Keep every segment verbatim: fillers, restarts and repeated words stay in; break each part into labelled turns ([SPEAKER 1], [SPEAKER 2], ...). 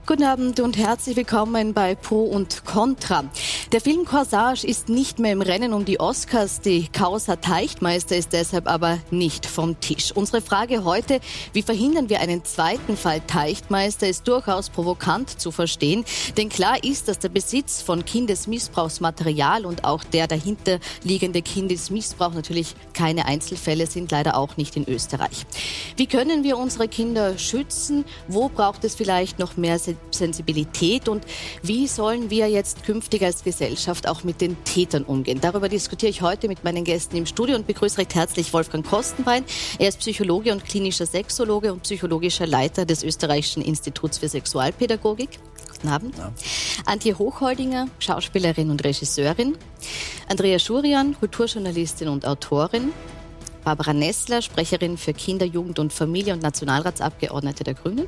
[SPEAKER 1] Guten Abend und herzlich willkommen bei Pro und Contra. Der Film Corsage ist nicht mehr im Rennen um die Oscars. Die Causa Teichtmeister ist deshalb aber nicht vom Tisch. Unsere Frage heute, wie verhindern wir einen zweiten Fall Teichtmeister, ist durchaus provokant zu verstehen. Denn klar ist, dass der Besitz von Kindesmissbrauchsmaterial und auch der dahinterliegende Kindesmissbrauch natürlich keine Einzelfälle sind, leider auch nicht in Österreich. Wie können wir unsere Kinder schützen? Wo braucht es vielleicht noch mehr Sensibilität? Und wie sollen wir jetzt künftig als Gesellschaft auch mit den Tätern umgehen? Darüber diskutiere ich heute mit meinen Gästen im Studio und begrüße recht herzlich Wolfgang Kostenbein. Er ist Psychologe und klinischer Sexologe und psychologischer Leiter des Österreichischen Instituts für Sexualpädagogik. Guten Abend. Ja. Antje Hochholdinger, Schauspielerin und Regisseurin. Andrea Schurian, Kulturjournalistin und Autorin. Barbara Nessler, Sprecherin für Kinder, Jugend und Familie und Nationalratsabgeordnete der Grünen.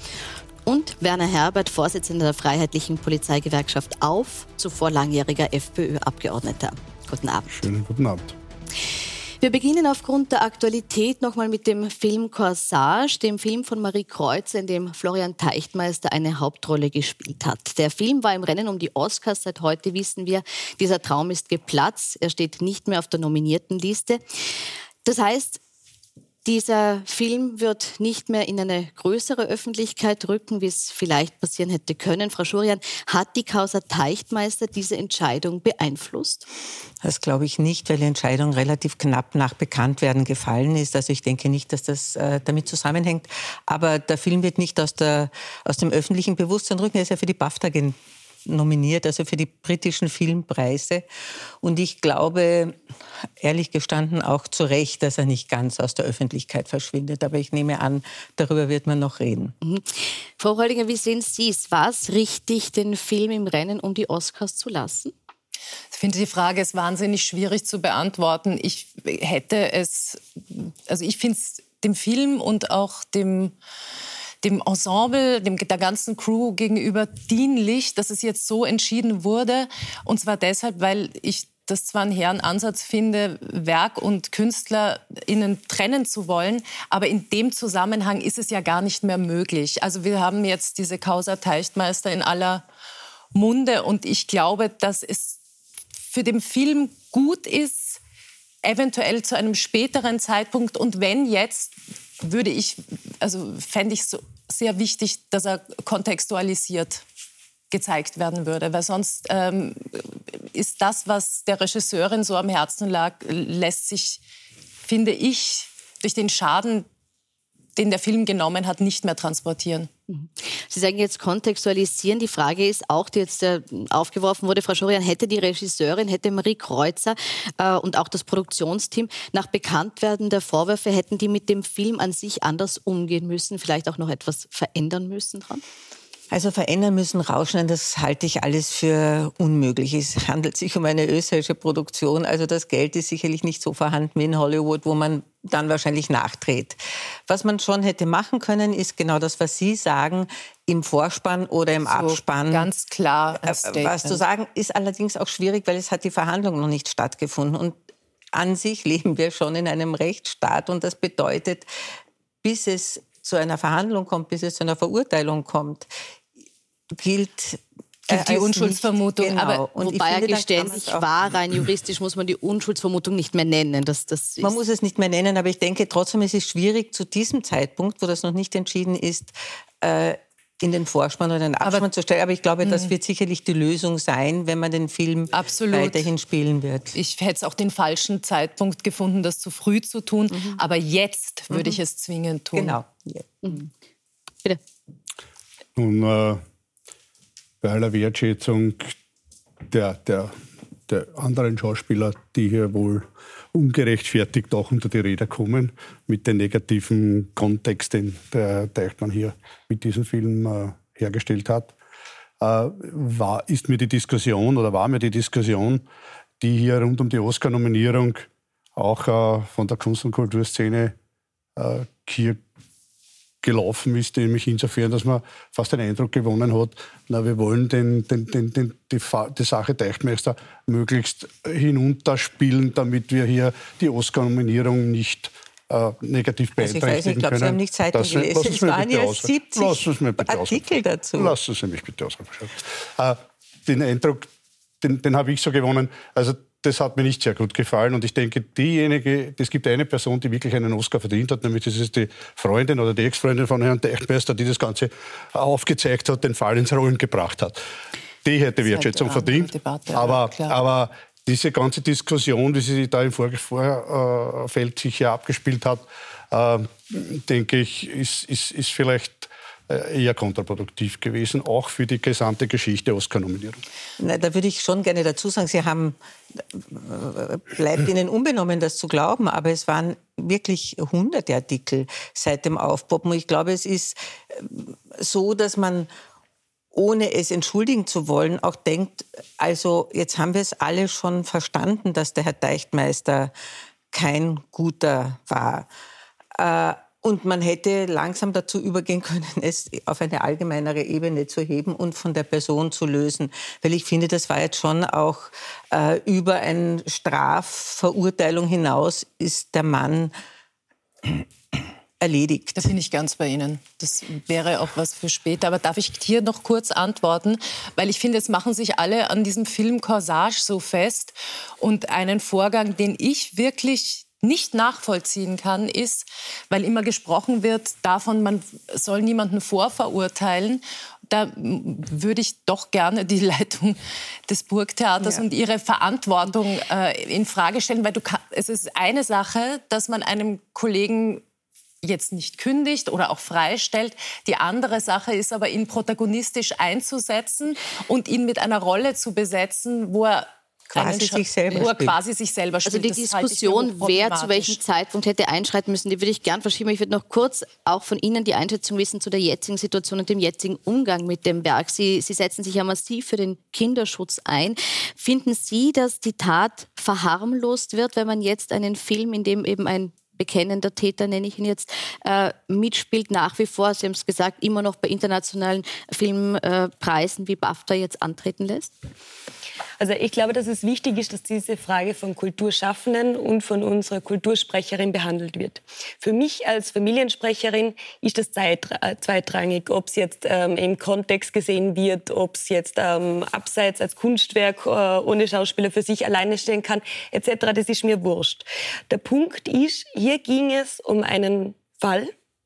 [SPEAKER 1] Und Werner Herbert, Vorsitzender der Freiheitlichen Polizeigewerkschaft auf, zuvor langjähriger FPÖ-Abgeordneter. Guten Abend.
[SPEAKER 2] Schönen guten Abend.
[SPEAKER 1] Wir beginnen aufgrund der Aktualität nochmal mit dem Film Corsage, dem Film von Marie Kreuzer, in dem Florian Teichtmeister eine Hauptrolle gespielt hat. Der Film war im Rennen um die Oscars. Seit heute wissen wir, dieser Traum ist geplatzt. Er steht nicht mehr auf der Nominiertenliste. Das heißt, dieser Film wird nicht mehr in eine größere Öffentlichkeit rücken, wie es vielleicht passieren hätte können. Frau Schurian, hat die Causa Teichtmeister diese Entscheidung beeinflusst?
[SPEAKER 3] Das glaube ich nicht, weil die Entscheidung relativ knapp nach Bekanntwerden gefallen ist. Also ich denke nicht, dass das äh, damit zusammenhängt. Aber der Film wird nicht aus, der, aus dem öffentlichen Bewusstsein rücken. Er ist ja für die BAFTA gen- nominiert, also für die britischen Filmpreise. Und ich glaube, ehrlich gestanden, auch zu Recht, dass er nicht ganz aus der Öffentlichkeit verschwindet. Aber ich nehme an, darüber wird man noch reden.
[SPEAKER 1] Mhm. Frau Holdinger, wie sehen Sie es? War es richtig, den Film im Rennen um die Oscars zu lassen?
[SPEAKER 4] Ich finde, die Frage ist wahnsinnig schwierig zu beantworten. Ich hätte es, also ich finde es dem Film und auch dem dem Ensemble, dem, der ganzen Crew gegenüber dienlich, dass es jetzt so entschieden wurde. Und zwar deshalb, weil ich das zwar einen hehren Ansatz finde, Werk und KünstlerInnen trennen zu wollen, aber in dem Zusammenhang ist es ja gar nicht mehr möglich. Also wir haben jetzt diese Causa Teichtmeister in aller Munde und ich glaube, dass es für den Film gut ist, eventuell zu einem späteren Zeitpunkt und wenn jetzt, würde ich, also fände ich es so sehr wichtig, dass er kontextualisiert gezeigt werden würde. Weil sonst ähm, ist das, was der Regisseurin so am Herzen lag, lässt sich, finde ich, durch den Schaden, den der Film genommen hat, nicht mehr transportieren.
[SPEAKER 1] Sie sagen jetzt kontextualisieren. Die Frage ist auch, die jetzt äh, aufgeworfen wurde, Frau Schurian, hätte die Regisseurin, hätte Marie Kreuzer äh, und auch das Produktionsteam nach Bekanntwerden der Vorwürfe, hätten die mit dem Film an sich anders umgehen müssen, vielleicht auch noch etwas verändern müssen dran?
[SPEAKER 3] Also verändern müssen, rausschneiden, das halte ich alles für unmöglich. Es handelt sich um eine österreichische Produktion. Also das Geld ist sicherlich nicht so vorhanden wie in Hollywood, wo man dann wahrscheinlich nachdreht. Was man schon hätte machen können, ist genau das, was Sie sagen, im Vorspann oder im so, Abspann.
[SPEAKER 4] Ganz klar.
[SPEAKER 3] Was zu sagen, ist allerdings auch schwierig, weil es hat die Verhandlung noch nicht stattgefunden. Und an sich leben wir schon in einem Rechtsstaat. Und das bedeutet, bis es zu einer Verhandlung kommt, bis es zu einer Verurteilung kommt, gilt
[SPEAKER 4] äh, die Unschuldsvermutung.
[SPEAKER 3] Genau.
[SPEAKER 1] Aber und wobei er geständig war, rein juristisch muss man die Unschuldsvermutung nicht mehr nennen. Das, das
[SPEAKER 3] man muss es nicht mehr nennen, aber ich denke trotzdem, es ist schwierig zu diesem Zeitpunkt, wo das noch nicht entschieden ist, äh, in den Vorspann oder den Abspann aber, zu stellen. Aber ich glaube, das wird sicherlich die Lösung sein, wenn man den Film absolut weiterhin spielen wird.
[SPEAKER 4] Ich hätte es auch den falschen Zeitpunkt gefunden, das zu früh zu tun. Mhm. Aber jetzt würde mhm. ich es zwingend tun.
[SPEAKER 3] Genau. Ja.
[SPEAKER 1] Mhm. Bitte.
[SPEAKER 2] Nun, äh, bei aller Wertschätzung der, der, der anderen Schauspieler, die hier wohl ungerechtfertigt auch unter die Räder kommen, mit dem negativen Kontext, den der Teichtmann hier mit diesem Film äh, hergestellt hat, äh, war, ist mir die Diskussion oder war mir die Diskussion, die hier rund um die Oscar-Nominierung auch äh, von der Kunst- und Kulturszene äh, hier gelaufen ist, nämlich insofern, dass man fast den Eindruck gewonnen hat, na, wir wollen den, den, den, den, die, die Sache Teichtmeister möglichst hinunterspielen, damit wir hier die Oscar-Nominierung nicht äh, negativ
[SPEAKER 3] also ich
[SPEAKER 2] beeinträchtigen
[SPEAKER 3] weiß nicht, ich glaube, Sie haben nicht Zeitung
[SPEAKER 2] das,
[SPEAKER 3] gelesen. Es waren ja siebzig Artikel dazu.
[SPEAKER 2] Lassen Sie mich bitte ausreden. Äh, den Eindruck, den, den habe ich so gewonnen, also das hat mir nicht sehr gut gefallen und ich denke, diejenige, es gibt eine Person, die wirklich einen Oscar verdient hat, nämlich das ist die Freundin oder die Ex-Freundin von Herrn Teichtmeister, die das Ganze aufgezeigt hat, den Fall ins Rollen gebracht hat. Die hätte Wertschätzung verdient,
[SPEAKER 4] Debatte,
[SPEAKER 2] aber,
[SPEAKER 4] ja,
[SPEAKER 2] aber diese ganze Diskussion, wie sie da im Vorfeld sich hier abgespielt hat, äh, denke ich, ist, ist, ist vielleicht eher kontraproduktiv gewesen, auch für die gesamte Geschichte Oscar-Nominierung.
[SPEAKER 3] Na, da würde ich schon gerne dazu sagen, Sie haben, bleibt Ihnen unbenommen, das zu glauben, aber es waren wirklich hunderte Artikel seit dem Aufpoppen. Ich glaube, es ist so, dass man, ohne es entschuldigen zu wollen, auch denkt, also jetzt haben wir es alle schon verstanden, dass der Herr Teichtmeister kein guter war. Äh, Und man hätte langsam dazu übergehen können, es auf eine allgemeinere Ebene zu heben und von der Person zu lösen. Weil ich finde, das war jetzt schon auch äh, über eine Strafverurteilung hinaus ist der Mann erledigt.
[SPEAKER 4] Da bin ich ganz bei Ihnen. Das wäre auch was für später. Aber darf ich hier noch kurz antworten? Weil ich finde, es machen sich alle an diesem Film Corsage so fest. Und einen Vorgang, den ich wirklich nicht nachvollziehen kann, ist, weil immer gesprochen wird davon, man soll niemanden vorverurteilen. Da würde ich doch gerne die Leitung des Burgtheaters ja. und ihre Verantwortung äh, in Frage stellen, weil du kann, es ist eine Sache, dass man einem Kollegen jetzt nicht kündigt oder auch freistellt. Die andere Sache ist aber, ihn protagonistisch einzusetzen und ihn mit einer Rolle zu besetzen, wo er
[SPEAKER 3] Quasi sich, selber
[SPEAKER 4] quasi sich selber spielt.
[SPEAKER 1] Also die Diskussion, wer zu welchem Zeitpunkt hätte einschreiten müssen, die würde ich gern verschieben. Ich würde noch kurz auch von Ihnen die Einschätzung wissen zu der jetzigen Situation und dem jetzigen Umgang mit dem Werk. Sie, Sie setzen sich ja massiv für den Kinderschutz ein. Finden Sie, dass die Tat verharmlost wird, wenn man jetzt einen Film, in dem eben ein bekennender Täter, nenne ich ihn jetzt, äh, mitspielt nach wie vor, Sie haben es gesagt, immer noch bei internationalen Filmpreisen äh, wie BAFTA jetzt antreten lässt?
[SPEAKER 5] Also ich glaube, dass es wichtig ist, dass diese Frage von Kulturschaffenden und von unserer Kultursprecherin behandelt wird. Für mich als Familiensprecherin ist das zweitrangig, ob es jetzt ähm, im Kontext gesehen wird, ob es jetzt ähm, abseits als Kunstwerk äh, ohne Schauspieler für sich alleine stehen kann, et cetera. Das ist mir wurscht. Der Punkt ist, hier ging es um einen Fall,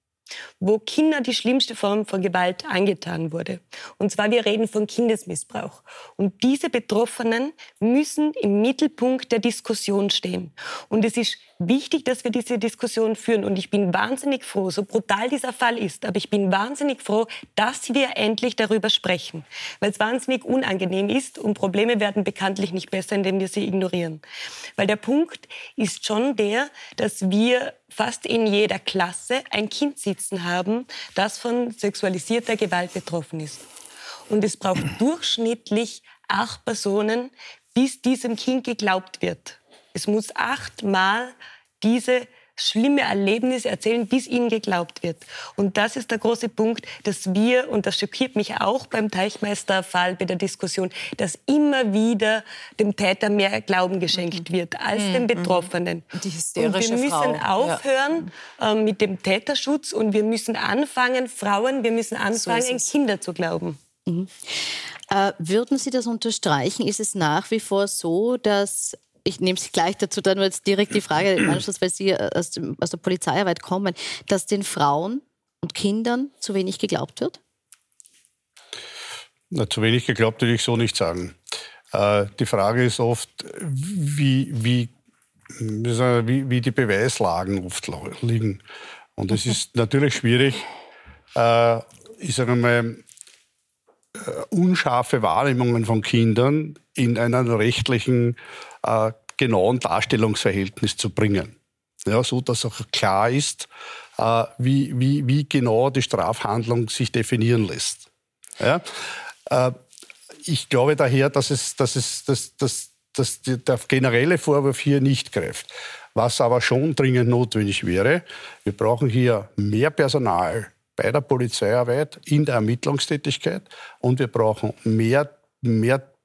[SPEAKER 5] wo Kindern die schlimmste Form von Gewalt angetan wurde. Und zwar, wir reden von Kindesmissbrauch. Und diese Betroffenen müssen im Mittelpunkt der Diskussion stehen. Und es ist wichtig, dass wir diese Diskussion führen. Und ich bin wahnsinnig froh, so brutal dieser Fall ist, aber ich bin wahnsinnig froh, dass wir endlich darüber sprechen. Weil es wahnsinnig unangenehm ist und Probleme werden bekanntlich nicht besser, indem wir sie ignorieren. Weil der Punkt ist schon der, dass wir fast in jeder Klasse ein Kind sitzen haben, das von sexualisierter Gewalt betroffen ist. Und es braucht durchschnittlich acht Personen, bis diesem Kind geglaubt wird. Es muss achtmal diese schlimme Erlebnisse erzählen, bis ihnen geglaubt wird. Und das ist der große Punkt, dass wir, und das schockiert mich auch beim Teichtmeister-Fall, bei der Diskussion, dass immer wieder dem Täter mehr Glauben geschenkt wird als mhm. dem Betroffenen.
[SPEAKER 4] Die hysterische
[SPEAKER 5] und wir müssen
[SPEAKER 4] Frau.
[SPEAKER 5] aufhören ja. äh, mit dem Täterschutz und wir müssen anfangen, Frauen, wir müssen anfangen, so Kinder zu glauben.
[SPEAKER 1] Mhm. Äh, würden Sie das unterstreichen? Ist es nach wie vor so, dass ich nehme Sie gleich dazu, dann nur jetzt direkt die Frage im Anschluss, weil Sie aus, dem, aus der Polizeiarbeit kommen, dass den Frauen und Kindern zu wenig geglaubt wird?
[SPEAKER 2] Na, zu wenig geglaubt würde ich so nicht sagen. Äh, die Frage ist oft, wie, wie, wie, wie die Beweislagen oft liegen. Und es ist natürlich schwierig, äh, ich sage mal, unscharfe Wahrnehmungen von Kindern in einem rechtlichen, äh, genauen Darstellungsverhältnis zu bringen. Ja, so dass auch klar ist, äh, wie, wie, wie genau die Strafhandlung sich definieren lässt. Ja? Äh, ich glaube daher, dass, es, dass, es, dass, dass, dass der generelle Vorwurf hier nicht greift. Was aber schon dringend notwendig wäre, wir brauchen hier mehr Personal bei der Polizeiarbeit, in der Ermittlungstätigkeit und wir brauchen mehr, mehr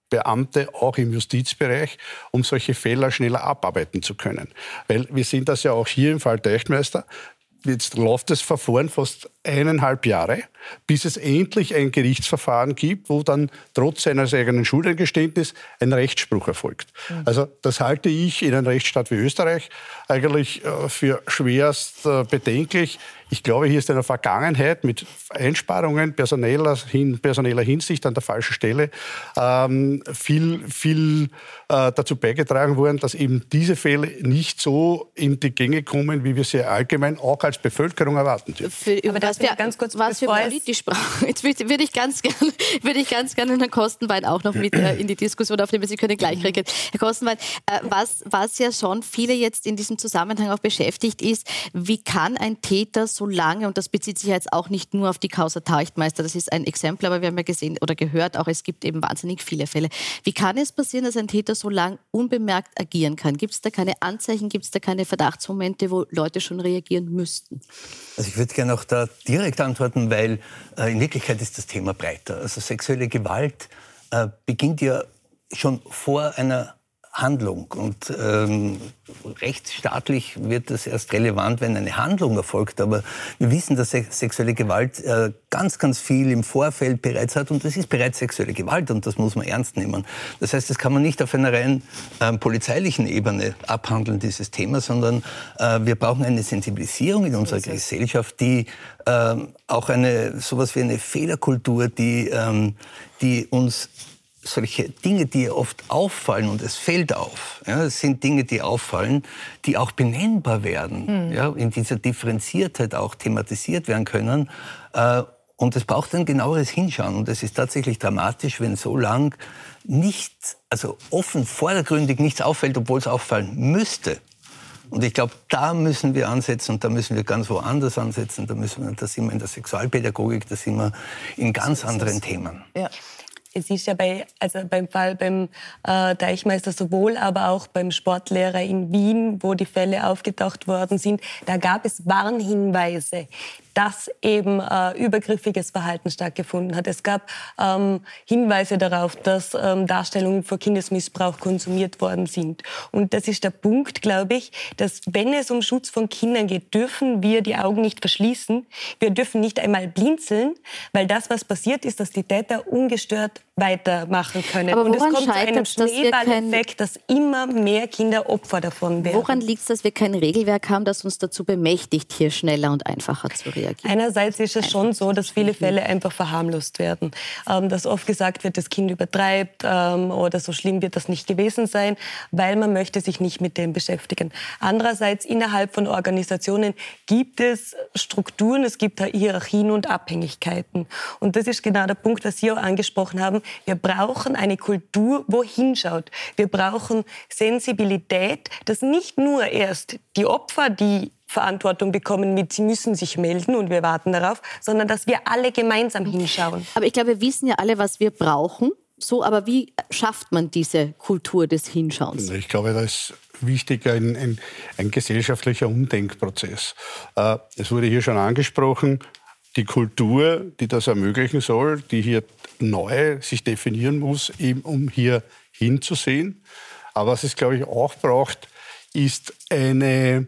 [SPEAKER 2] Beamte auch im Justizbereich, um solche Fälle schneller abarbeiten zu können. Weil wir sehen das ja auch hier im Fall Teichtmeister. Jetzt läuft das Verfahren fast eineinhalb Jahre, bis es endlich ein Gerichtsverfahren gibt, wo dann trotz seines eigenen Schuldeingeständnisses ein Rechtsspruch erfolgt. Mhm. Also das halte ich in einem Rechtsstaat wie Österreich eigentlich äh, für schwerst äh, bedenklich. Ich glaube, hier ist in der Vergangenheit mit Einsparungen personeller, hin, personeller Hinsicht an der falschen Stelle ähm, viel, viel äh, dazu beigetragen worden, dass eben diese Fälle nicht so in die Gänge kommen, wie wir sie allgemein auch als Bevölkerung erwarten dürfen.
[SPEAKER 1] Für, Aber das wäre ganz kurz, was für politisch brauchen. Jetzt würde ich ganz gerne, würde ich ganz gerne Herrn Kostenwein auch noch mit äh, in die Diskussion aufnehmen. Sie können gleich reagieren. Herr Kostenwein, äh, was, was ja schon viele jetzt in diesem Zusammenhang auch beschäftigt ist, wie kann ein Täter so lange, und das bezieht sich ja jetzt auch nicht nur auf die Causa Teichtmeister, das ist ein Exempel, aber wir haben ja gesehen oder gehört, auch es gibt eben wahnsinnig viele Fälle. Wie kann es passieren, dass ein Täter so lang unbemerkt agieren kann? Gibt es da keine Anzeichen, gibt es da keine Verdachtsmomente, wo Leute schon reagieren müssten?
[SPEAKER 6] Also ich würde gerne auch da direkt antworten, weil äh, in Wirklichkeit ist das Thema breiter. Also sexuelle Gewalt äh, beginnt ja schon vor einer Handlung. Und ähm, rechtsstaatlich wird das erst relevant, wenn eine Handlung erfolgt. Aber wir wissen, dass sexuelle Gewalt äh, ganz, ganz viel im Vorfeld bereits hat. Und das ist bereits sexuelle Gewalt und das muss man ernst nehmen. Das heißt, das kann man nicht auf einer rein äh, polizeilichen Ebene abhandeln, dieses Thema, sondern äh, wir brauchen eine Sensibilisierung in unserer Gesellschaft, die äh, auch eine sowas wie eine Fehlerkultur, die, ähm, die uns solche Dinge, die oft auffallen, und es fällt auf, ja, es sind Dinge, die auffallen, die auch benennbar werden, mhm. ja, in dieser Differenziertheit auch thematisiert werden können. Äh, und es braucht ein genaueres Hinschauen. Und es ist tatsächlich dramatisch, wenn so lang nicht, also offen, vordergründig nichts auffällt, obwohl es auffallen müsste. Und ich glaube, da müssen wir ansetzen und da müssen wir ganz woanders ansetzen. Da, müssen wir, da sind wir in der Sexualpädagogik, da sind wir in ganz anderen Themen.
[SPEAKER 5] Ja. Es ist ja bei, also beim Fall beim äh, Teichtmeister sowohl, aber auch beim Sportlehrer in Wien, wo die Fälle aufgetaucht worden sind, da gab es Warnhinweise, dass eben äh, übergriffiges Verhalten stattgefunden hat. Es gab ähm, Hinweise darauf, dass ähm, Darstellungen für Kindesmissbrauch konsumiert worden sind. Und das ist der Punkt, glaube ich, dass wenn es um Schutz von Kindern geht, dürfen wir die Augen nicht verschließen. Wir dürfen nicht einmal blinzeln, weil das, was passiert ist, dass die Täter ungestört weitermachen können.
[SPEAKER 1] Aber
[SPEAKER 5] und es kommt zu
[SPEAKER 1] scheitert,
[SPEAKER 5] einem Schneeballeffekt, dass, dass immer mehr Kinder Opfer davon werden.
[SPEAKER 1] Woran liegt es, dass wir kein Regelwerk haben, das uns dazu bemächtigt, hier schneller und einfacher zu reagieren?
[SPEAKER 5] Einerseits ist es schon so, dass viele Fälle einfach verharmlost werden. Ähm, dass oft gesagt wird, das Kind übertreibt ähm, oder so schlimm wird das nicht gewesen sein, weil man möchte sich nicht mit dem beschäftigen. Andererseits innerhalb von Organisationen gibt es Strukturen, es gibt Hierarchien und Abhängigkeiten. Und das ist genau der Punkt, was Sie auch angesprochen haben. Wir brauchen eine Kultur, wo hinschaut. Wir brauchen Sensibilität, dass nicht nur erst die Opfer, die Verantwortung bekommen mit, sie müssen sich melden und wir warten darauf, sondern dass wir alle gemeinsam hinschauen.
[SPEAKER 1] Aber ich glaube, wir wissen ja alle, was wir brauchen. So, aber wie schafft man diese Kultur des Hinschauens?
[SPEAKER 2] Ich glaube, da ist wichtig ein, ein, ein gesellschaftlicher Umdenkprozess. Äh, es wurde hier schon angesprochen, die Kultur, die das ermöglichen soll, die hier neu sich definieren muss, eben um hier hinzusehen. Aber was es, glaube ich, auch braucht, ist eine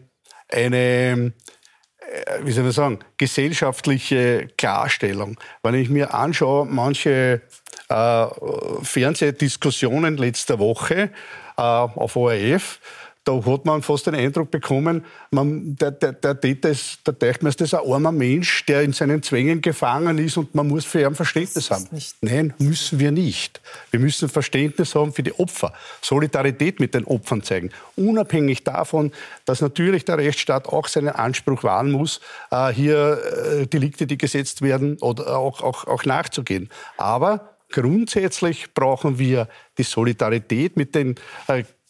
[SPEAKER 2] eine, wie soll man sagen, gesellschaftliche Klarstellung. Wenn ich mir anschaue, manche äh, Fernsehdiskussionen letzter Woche äh, auf O R F, da hat man fast den Eindruck bekommen, man, der, der, der Täter ist, der Teichtmeister ist ein armer Mensch, der in seinen Zwängen gefangen ist und man muss für ihn Verständnis haben. Nein, müssen wir nicht. Wir müssen Verständnis haben für die Opfer, Solidarität mit den Opfern zeigen. Unabhängig davon, dass natürlich der Rechtsstaat auch seinen Anspruch wahren muss, äh, hier äh, Delikte, die gesetzt werden, oder auch, auch, auch nachzugehen. Aber grundsätzlich brauchen wir die Solidarität mit den äh,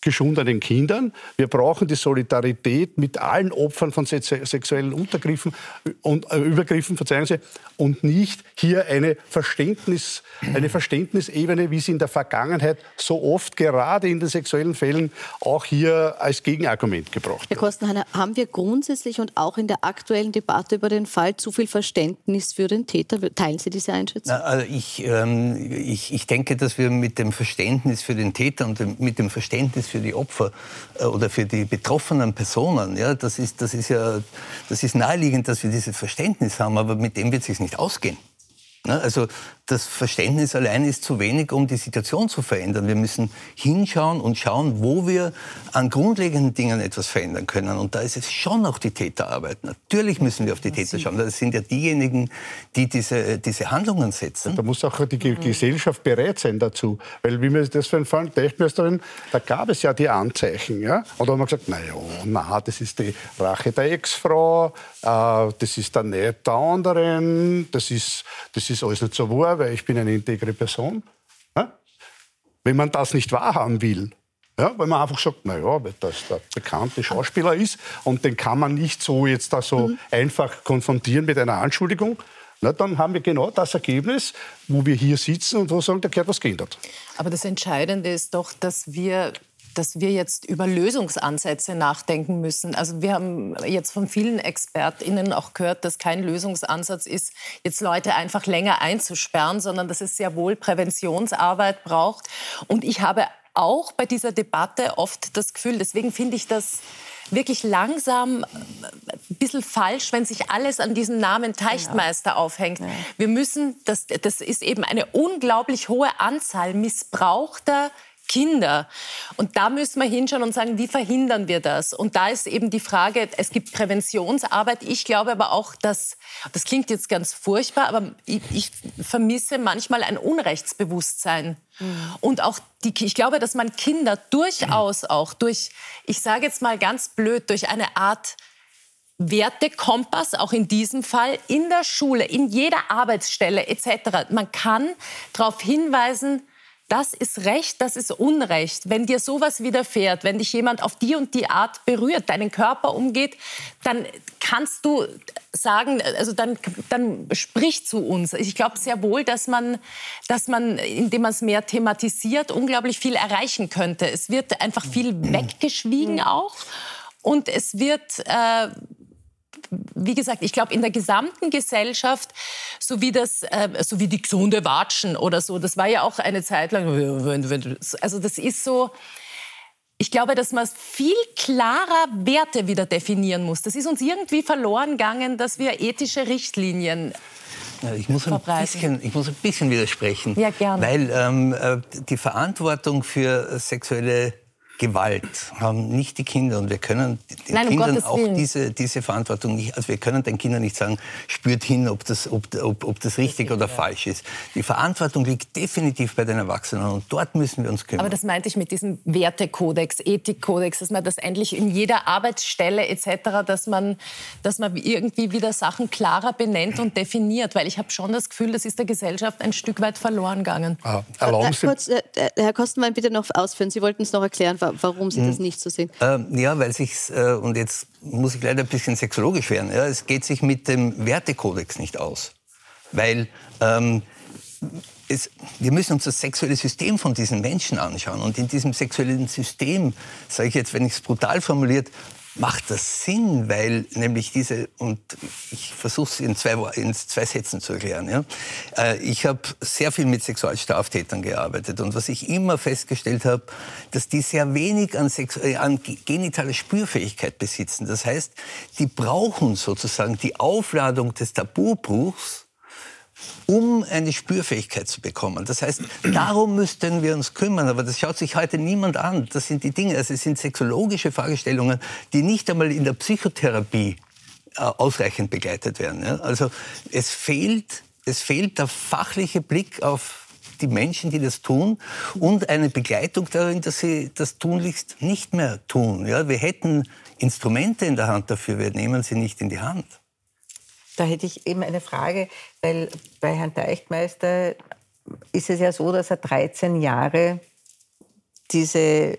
[SPEAKER 2] geschundenen Kindern. Wir brauchen die Solidarität mit allen Opfern von sexuellen Untergriffen und äh, Übergriffen, verzeihen Sie, und nicht hier eine Verständnis, eine Verständnisebene, wie sie in der Vergangenheit so oft gerade in den sexuellen Fällen auch hier als Gegenargument gebracht wird.
[SPEAKER 1] Herr Kostenhainer, haben wir grundsätzlich und auch in der aktuellen Debatte über den Fall zu viel Verständnis für den Täter? Teilen Sie diese Einschätzung?
[SPEAKER 6] Na, also ich, ähm, ich, ich denke, dass wir mit dem Verständnis für den Täter und dem, mit dem Verständnis für die Opfer äh, oder für die betroffenen Personen, ja, das ist, das ist ja, das ist naheliegend, dass wir dieses Verständnis haben, aber mit dem wird es sich nicht ausgehen. Na, also das Verständnis allein ist zu wenig, um die Situation zu verändern. Wir müssen hinschauen und schauen, wo wir an grundlegenden Dingen etwas verändern können. Und da ist es schon auch die Täterarbeit. Natürlich müssen wir auf die Täter schauen. Das sind ja diejenigen, die diese, diese Handlungen setzen.
[SPEAKER 2] Da muss auch die Gesellschaft bereit sein dazu. Weil, wie wir das für einen Fall, Teichtmeisterin, da gab es ja die Anzeichen. Ja? Und da haben wir gesagt, naja, na, das ist die Rache der Ex-Frau, äh, das ist der Neid der anderen, das ist, das ist alles nicht so wahr, weil ich bin eine integre Person. Ja? Wenn man das nicht wahrhaben will, ja, weil man einfach sagt, naja, weil das der bekannte Schauspieler ist und den kann man nicht so jetzt da so mhm. einfach konfrontieren mit einer Anschuldigung, na, dann haben wir genau das Ergebnis, wo wir hier sitzen und wo wir sagen, da gehört was geändert.
[SPEAKER 4] Aber das Entscheidende ist doch, dass wir dass wir jetzt über Lösungsansätze nachdenken müssen. Also wir haben jetzt von vielen ExpertInnen auch gehört, dass kein Lösungsansatz ist, jetzt Leute einfach länger einzusperren, sondern dass es sehr wohl Präventionsarbeit braucht. Und ich habe auch bei dieser Debatte oft das Gefühl, deswegen finde ich das wirklich langsam ein bisschen falsch, wenn sich alles an diesem Namen Teichtmeister ja. aufhängt. Ja. Wir müssen, das, das ist eben eine unglaublich hohe Anzahl missbrauchter Kinder. Und da müssen wir hinschauen und sagen, wie verhindern wir das? Und da ist eben die Frage, es gibt Präventionsarbeit. Ich glaube aber auch, dass, das klingt jetzt ganz furchtbar, aber ich, ich vermisse manchmal ein Unrechtsbewusstsein. Mhm. Und auch die, ich glaube, dass man Kinder durchaus auch durch, ich sage jetzt mal ganz blöd, durch eine Art Wertekompass, auch in diesem Fall, in der Schule, in jeder Arbeitsstelle et cetera. Man kann darauf hinweisen, das ist Recht, das ist Unrecht. Wenn dir sowas widerfährt, wenn dich jemand auf die und die Art berührt, deinen Körper umgeht, dann kannst du sagen, also dann, dann sprich zu uns. Ich glaube sehr wohl, dass man, dass man, indem man es mehr thematisiert, unglaublich viel erreichen könnte. Es wird einfach viel weggeschwiegen auch und es wird äh, wie gesagt, ich glaube, in der gesamten Gesellschaft, so wie, das, äh, so wie die gesunde Watschen oder so, das war ja auch eine Zeit lang, also das ist so, ich glaube, dass man viel klarer Werte wieder definieren muss. Das ist uns irgendwie verloren gegangen, dass wir ethische Richtlinien
[SPEAKER 6] Ich muss, ein bisschen, ich muss ein bisschen widersprechen,
[SPEAKER 4] ja, gerne.
[SPEAKER 6] Weil ähm, die Verantwortung für sexuelle Gewalt haben nicht die Kinder und wir können den
[SPEAKER 4] Nein, um
[SPEAKER 6] Kindern
[SPEAKER 4] Gottes
[SPEAKER 6] auch
[SPEAKER 4] Willen.
[SPEAKER 6] diese, diese Verantwortung nicht, also wir können den Kindern nicht sagen, spürt hin, ob das, ob, ob, ob das richtig oder falsch ist. Die Verantwortung liegt definitiv bei den Erwachsenen und dort müssen wir uns kümmern.
[SPEAKER 4] Aber das meinte ich mit diesem Wertekodex, Ethikkodex, dass man das endlich in jeder Arbeitsstelle et cetera, dass man, dass man irgendwie wieder Sachen klarer benennt und definiert, weil ich habe schon das Gefühl, das ist der Gesellschaft ein Stück weit verloren gegangen.
[SPEAKER 2] Ah, erlauben Sie...
[SPEAKER 1] Kurz, äh, Herr Kostenwein, bitte noch ausführen. Sie wollten es noch erklären, warum Sie das nicht so sehen.
[SPEAKER 6] Ähm, ja, weil sich äh, und jetzt muss ich leider ein bisschen sexologisch werden. Ja, es geht sich mit dem Wertekodex nicht aus, weil ähm, es, wir müssen uns das sexuelle System von diesen Menschen anschauen und in diesem sexuellen System, sage ich jetzt, wenn ich es brutal formuliert, macht das Sinn, weil nämlich diese, und ich versuche es in zwei, in zwei Sätzen zu erklären. Ja. Äh, ich habe sehr viel mit Sexualstraftätern gearbeitet und was ich immer festgestellt habe, dass die sehr wenig an, Sex, äh, an genitaler Spürfähigkeit besitzen. Das heißt, die brauchen sozusagen die Aufladung des Tabubruchs, um eine Spürfähigkeit zu bekommen. Das heißt, darum müssten wir uns kümmern. Aber das schaut sich heute niemand an. Das sind die Dinge, also es sind sexologische Fragestellungen, die nicht einmal in der Psychotherapie äh, ausreichend begleitet werden. Ja? Also es fehlt, es fehlt der fachliche Blick auf die Menschen, die das tun und eine Begleitung darin, dass sie das tunlichst nicht mehr tun. Ja? Wir hätten Instrumente in der Hand dafür, wir nehmen sie nicht in die Hand.
[SPEAKER 3] Da hätte ich eben eine Frage, weil bei Herrn Teichtmeister ist es ja so, dass er dreizehn Jahre diese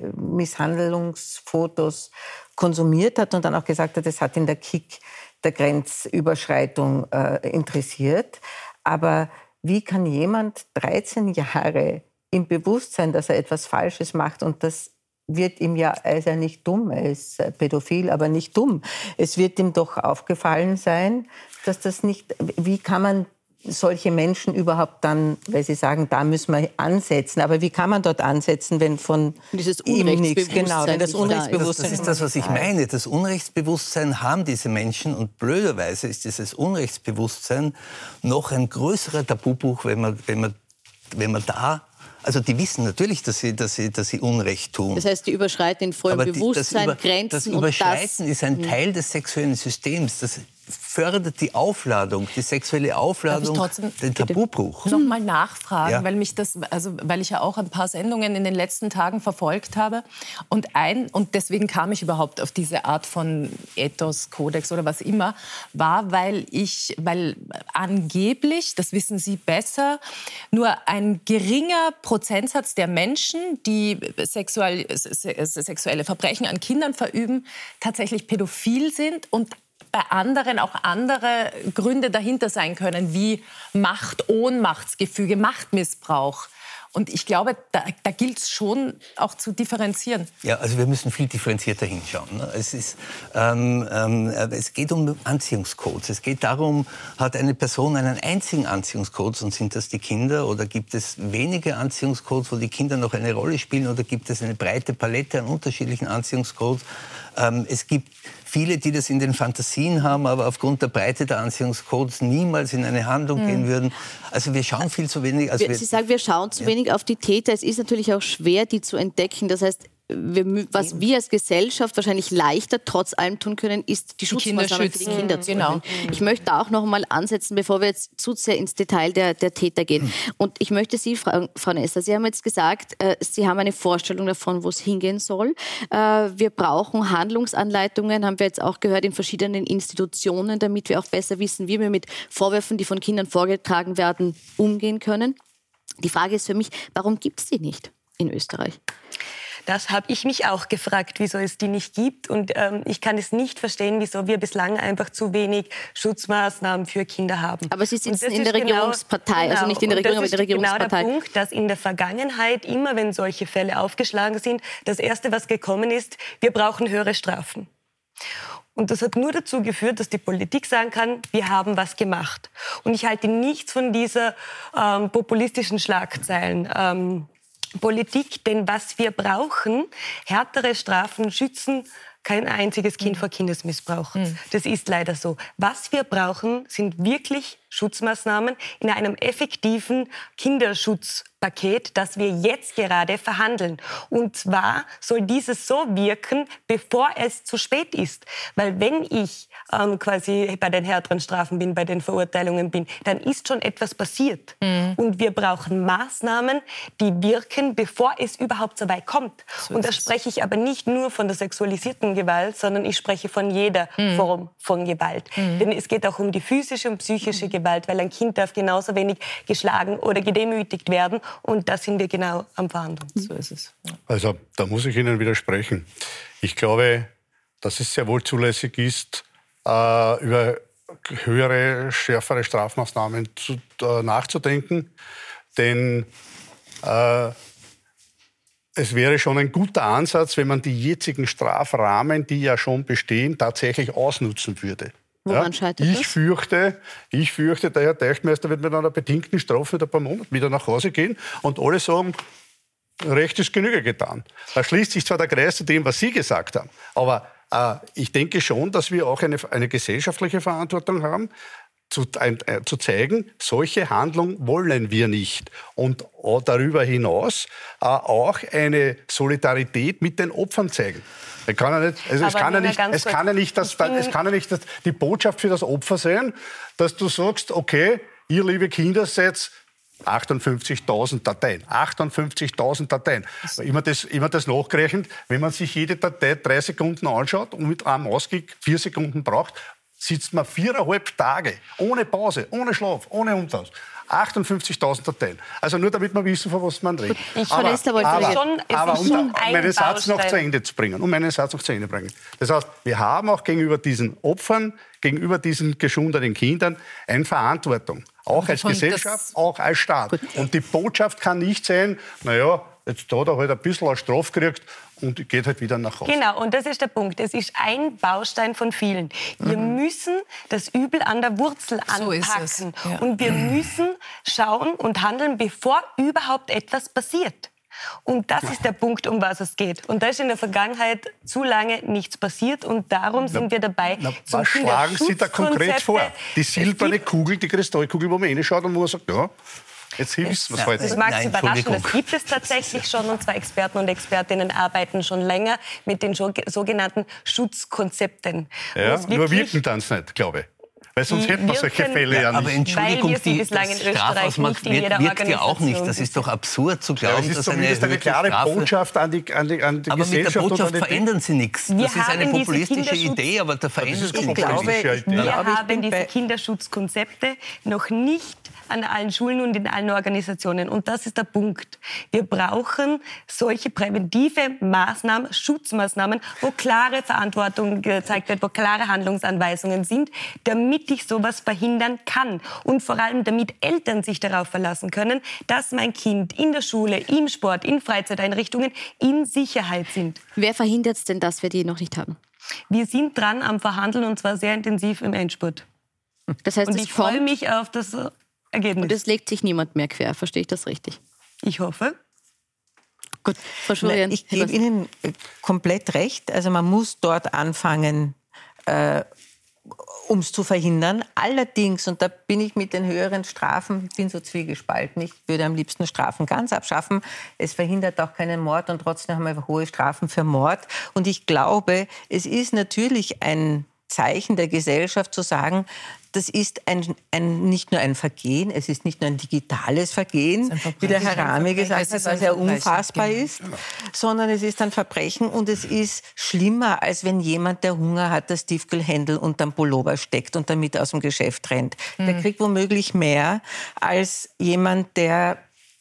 [SPEAKER 3] Misshandlungsfotos konsumiert hat und dann auch gesagt hat, es hat ihn der Kick der Grenzüberschreitung äh, interessiert. Aber wie kann jemand dreizehn Jahre im Bewusstsein, dass er etwas Falsches macht, und das wird ihm ja, er ist ja nicht dumm, er ist pädophil, aber nicht dumm. Es wird ihm doch aufgefallen sein, dass das nicht, wie kann man solche Menschen überhaupt dann, weil Sie sagen, da müssen wir ansetzen. Aber wie kann man dort ansetzen, wenn von
[SPEAKER 1] dieses
[SPEAKER 3] ihm nichts,
[SPEAKER 1] Unrechtsbewusstsein,
[SPEAKER 3] genau, wenn das Unrechtsbewusstsein...
[SPEAKER 6] Das, das ist das, was ich meine. Das Unrechtsbewusstsein haben diese Menschen, und blöderweise ist dieses Unrechtsbewusstsein noch ein größerer Tabubruch, wenn man, wenn man, wenn man da... Also die wissen natürlich, dass sie, dass sie, dass sie Unrecht tun.
[SPEAKER 1] Das heißt, die überschreiten in vollem
[SPEAKER 6] Aber die,
[SPEAKER 1] Bewusstsein
[SPEAKER 6] das Über,
[SPEAKER 1] Grenzen.
[SPEAKER 6] Das
[SPEAKER 1] und
[SPEAKER 6] Überschreiten
[SPEAKER 1] das,
[SPEAKER 6] ist ein Teil des sexuellen Systems. Das fördert die Aufladung, die sexuelle Aufladung, den Tabubruch.
[SPEAKER 4] Noch mal nachfragen,
[SPEAKER 6] Ja.
[SPEAKER 4] weil mich das, also weil ich ja auch ein paar Sendungen in den letzten Tagen verfolgt habe und ein und deswegen kam ich überhaupt auf diese Art von Ethos, Kodex oder was immer, war, weil ich, weil angeblich, das wissen Sie besser, nur ein geringer Prozentsatz der Menschen, die sexuell, sexuelle Verbrechen an Kindern verüben, tatsächlich pädophil sind und bei anderen auch andere Gründe dahinter sein können, wie Macht, Ohnmachtsgefüge, Machtmissbrauch. Und ich glaube, da, da gilt es schon auch zu differenzieren.
[SPEAKER 6] Ja, also wir müssen viel differenzierter hinschauen. Es, ist, ähm, ähm, es geht um Anziehungscodes. Es geht darum, hat eine Person einen einzigen Anziehungscode und sind das die Kinder? Oder gibt es wenige Anziehungscodes, wo die Kinder noch eine Rolle spielen? Oder gibt es eine breite Palette an unterschiedlichen Anziehungscodes? Ähm, es gibt viele, die das in den Fantasien haben, aber aufgrund der Breite der Anziehungscodes niemals in eine Handlung mhm. gehen würden. Also wir schauen viel zu wenig. Also wir,
[SPEAKER 1] Sie sagen, wir schauen zu ja. wenig auf die Täter. Es ist natürlich auch schwer, die zu entdecken. Das heißt, wir, was wir als Gesellschaft wahrscheinlich leichter trotz allem tun können, ist die Schutzmaßnahmen für die Kinder zu
[SPEAKER 4] genau.
[SPEAKER 1] erhöhen. Ich möchte da auch noch mal ansetzen, bevor wir jetzt zu sehr ins Detail der, der Täter gehen. Und ich möchte Sie fragen, Frau Nester, Sie haben jetzt gesagt, äh, Sie haben eine Vorstellung davon, wo es hingehen soll. Äh, wir brauchen Handlungsanleitungen, haben wir jetzt auch gehört, in verschiedenen Institutionen, damit wir auch besser wissen, wie wir mit Vorwürfen, die von Kindern vorgetragen werden, umgehen können. Die Frage ist für mich, warum gibt es die nicht in Österreich?
[SPEAKER 5] Das habe ich mich auch gefragt, wieso es die nicht gibt. Und ähm, ich kann es nicht verstehen, wieso wir bislang einfach zu wenig Schutzmaßnahmen für Kinder haben.
[SPEAKER 1] Aber Sie sitzen in der Regierungspartei, genau, also nicht in der Regierung, aber in der Regierungspartei.
[SPEAKER 5] Das ist genau der Punkt, dass in der Vergangenheit, immer wenn solche Fälle aufgeschlagen sind, das Erste, was gekommen ist, wir brauchen höhere Strafen. Und das hat nur dazu geführt, dass die Politik sagen kann, wir haben was gemacht. Und ich halte nichts von dieser ähm, populistischen Schlagzeilen. Ähm, Politik, denn was wir brauchen, härtere Strafen schützen kein einziges Kind mhm. vor Kindesmissbrauch. Mhm. Das ist leider so. Was wir brauchen, sind wirklich Schutzmaßnahmen in einem effektiven Kinderschutzpaket, das wir jetzt gerade verhandeln. Und zwar soll dieses so wirken, bevor es zu spät ist. Weil wenn ich ähm, quasi bei den härteren Strafen bin, bei den Verurteilungen bin, dann ist schon etwas passiert. Mhm. Und wir brauchen Maßnahmen, die wirken, bevor es überhaupt so weit kommt. So Und da spreche ich aber nicht nur von der sexualisierten Gewalt, sondern ich spreche von jeder mhm. Form von Gewalt. Mhm. Denn es geht auch um die physische und psychische mhm. Gewalt, weil ein Kind darf genauso wenig geschlagen oder gedemütigt werden. Und da sind wir genau am Verhandeln. So ist es. Ja.
[SPEAKER 2] Also da muss ich Ihnen widersprechen. Ich glaube, dass es sehr wohl zulässig ist, äh, über höhere, schärfere Strafmaßnahmen zu, äh, nachzudenken. Denn äh, es wäre schon ein guter Ansatz, wenn man die jetzigen Strafrahmen, die ja schon bestehen, tatsächlich ausnutzen würde.
[SPEAKER 1] Woran ja, scheitert
[SPEAKER 2] ich
[SPEAKER 1] das?
[SPEAKER 2] Fürchte, ich fürchte, der Herr Teichtmeister wird mit einer bedingten Strafe ein paar Monate wieder nach Hause gehen und alle sagen, Recht ist Genüge getan. Da schließt sich zwar der Kreis zu dem, was Sie gesagt haben, aber äh, ich denke schon, dass wir auch eine, eine gesellschaftliche Verantwortung haben, Zu, äh, zu zeigen, solche Handlung wollen wir nicht. Und äh, darüber hinaus äh, auch eine Solidarität mit den Opfern zeigen. Es kann ja nicht, also es kann ja nicht, es kann ja nicht, das, es kann ja nicht das, die Botschaft für das Opfer sein, dass du sagst, okay, ihr liebe Kinder seid achtundfünfzigtausend Dateien. achtundfünfzigtausend Dateien. Immer das, immer das nachgerechnet, wenn man sich jede Datei drei Sekunden anschaut und mit einem Mausklick vier Sekunden braucht, sitzt man viereinhalb Tage ohne Pause, ohne Schlaf, ohne Unterhaus. achtundfünfzigtausend Dateien. Also nur damit wir wissen, von was man redet.
[SPEAKER 1] Ich aber, aber,
[SPEAKER 2] aber,
[SPEAKER 5] schon,
[SPEAKER 2] aber um
[SPEAKER 5] schon
[SPEAKER 2] meinen Satz noch
[SPEAKER 5] Baustein.
[SPEAKER 2] zu Ende zu bringen, um meinen Satz noch zu Ende zu bringen. Das heißt, wir haben auch gegenüber diesen Opfern, gegenüber diesen geschundenen Kindern eine Verantwortung. Auch als
[SPEAKER 4] Und
[SPEAKER 2] Gesellschaft,
[SPEAKER 4] das-
[SPEAKER 2] auch als Staat. Gut. Und die Botschaft kann nicht sein, naja, jetzt hat er halt ein bisschen eine Strafe gekriegt und geht halt wieder nach Hause.
[SPEAKER 5] Genau, und das ist der Punkt. Es ist ein Baustein von vielen. Wir mhm. müssen das Übel an der Wurzel
[SPEAKER 4] So ist
[SPEAKER 5] anpacken.
[SPEAKER 4] es, ja.
[SPEAKER 5] Und wir müssen schauen und handeln, bevor überhaupt etwas passiert. Und das ist der Punkt, um was es geht. Und da ist in der Vergangenheit zu lange nichts passiert. Und darum sind
[SPEAKER 2] na,
[SPEAKER 5] wir dabei.
[SPEAKER 2] Na, was schlagen Sie da konkret vor? Die silberne Kugel, die Kristallkugel, wo man reinschaut und wo man sagt, ja, jetzt wissen wir es heute.
[SPEAKER 5] Das mag Sie
[SPEAKER 6] Nein,
[SPEAKER 5] überraschen, das gibt es tatsächlich schon. Und zwar Experten und Expertinnen arbeiten schon länger mit den sogenannten Schutzkonzepten.
[SPEAKER 2] Ja, nur wirken dann es nicht, glaube ich. Weil sonst hätten wir solche Fälle ja,
[SPEAKER 6] ja
[SPEAKER 2] nicht.
[SPEAKER 6] Aber Entschuldigung,
[SPEAKER 5] Weil wir sie
[SPEAKER 6] die,
[SPEAKER 5] bislang in
[SPEAKER 6] das
[SPEAKER 5] Österreich
[SPEAKER 6] Strafausmaß
[SPEAKER 5] nicht in jeder
[SPEAKER 6] wirkt, wirkt ja auch nicht.
[SPEAKER 5] Organisation
[SPEAKER 6] Das ist doch absurd zu glauben,
[SPEAKER 2] Ja, es ist
[SPEAKER 6] dass eine
[SPEAKER 2] zumindest eine
[SPEAKER 6] erhöhte
[SPEAKER 2] klare
[SPEAKER 6] Strafe...
[SPEAKER 2] Botschaft an die, an die, an die
[SPEAKER 6] aber mit der
[SPEAKER 2] Gesellschaft.
[SPEAKER 6] Botschaft
[SPEAKER 2] und an die
[SPEAKER 6] verändern Sie nichts.
[SPEAKER 5] Wir
[SPEAKER 6] Das ist eine
[SPEAKER 5] haben diese
[SPEAKER 6] populistische
[SPEAKER 5] Kinderschutz-
[SPEAKER 6] Idee, aber da verändert
[SPEAKER 2] ist
[SPEAKER 6] sich
[SPEAKER 2] eine
[SPEAKER 6] nichts.
[SPEAKER 2] populistische
[SPEAKER 3] glaube,
[SPEAKER 2] Idee.
[SPEAKER 5] Wir
[SPEAKER 3] Aber ich
[SPEAKER 5] haben
[SPEAKER 3] bin
[SPEAKER 5] diese
[SPEAKER 3] bei-
[SPEAKER 5] Kinderschutzkonzepte noch nicht an allen Schulen und in allen Organisationen. Und das ist der Punkt. Wir brauchen solche präventive Maßnahmen, Schutzmaßnahmen, wo klare Verantwortung gezeigt wird, wo klare Handlungsanweisungen sind, damit ich sowas verhindern kann. Und vor allem, damit Eltern sich darauf verlassen können, dass mein Kind in der Schule, im Sport, in Freizeiteinrichtungen in Sicherheit sind.
[SPEAKER 1] Wer verhindert es denn, dass wir die noch nicht haben?
[SPEAKER 5] Wir sind dran am Verhandeln und zwar sehr intensiv im Endspurt.
[SPEAKER 1] Das heißt,
[SPEAKER 5] Und
[SPEAKER 1] es
[SPEAKER 5] ich freue
[SPEAKER 1] kommt
[SPEAKER 5] mich auf das Ergebnis.
[SPEAKER 1] und es legt sich niemand mehr quer. Verstehe ich das richtig?
[SPEAKER 5] Ich hoffe.
[SPEAKER 1] Gut, Frau Schurian.
[SPEAKER 3] Ich gebe Ihnen komplett recht. Also man muss dort anfangen, äh, um es zu verhindern. Allerdings, und da bin ich mit den höheren Strafen, ich bin so zwiegespalten, ich würde am liebsten Strafen ganz abschaffen. Es verhindert auch keinen Mord und trotzdem haben wir hohe Strafen für Mord. Und ich glaube, es ist natürlich ein Zeichen der Gesellschaft zu sagen, das ist ein, ein, nicht nur ein Vergehen, es ist nicht nur ein digitales Vergehen, wie der Herr Rami gesagt hat, was ja unfassbar ist, sondern es ist ein Verbrechen und es ist schlimmer, als wenn jemand, der Hunger hat, das Tiefkühlhändel unterm Pullover steckt und damit aus dem Geschäft rennt. Mhm. Der kriegt womöglich mehr als jemand, der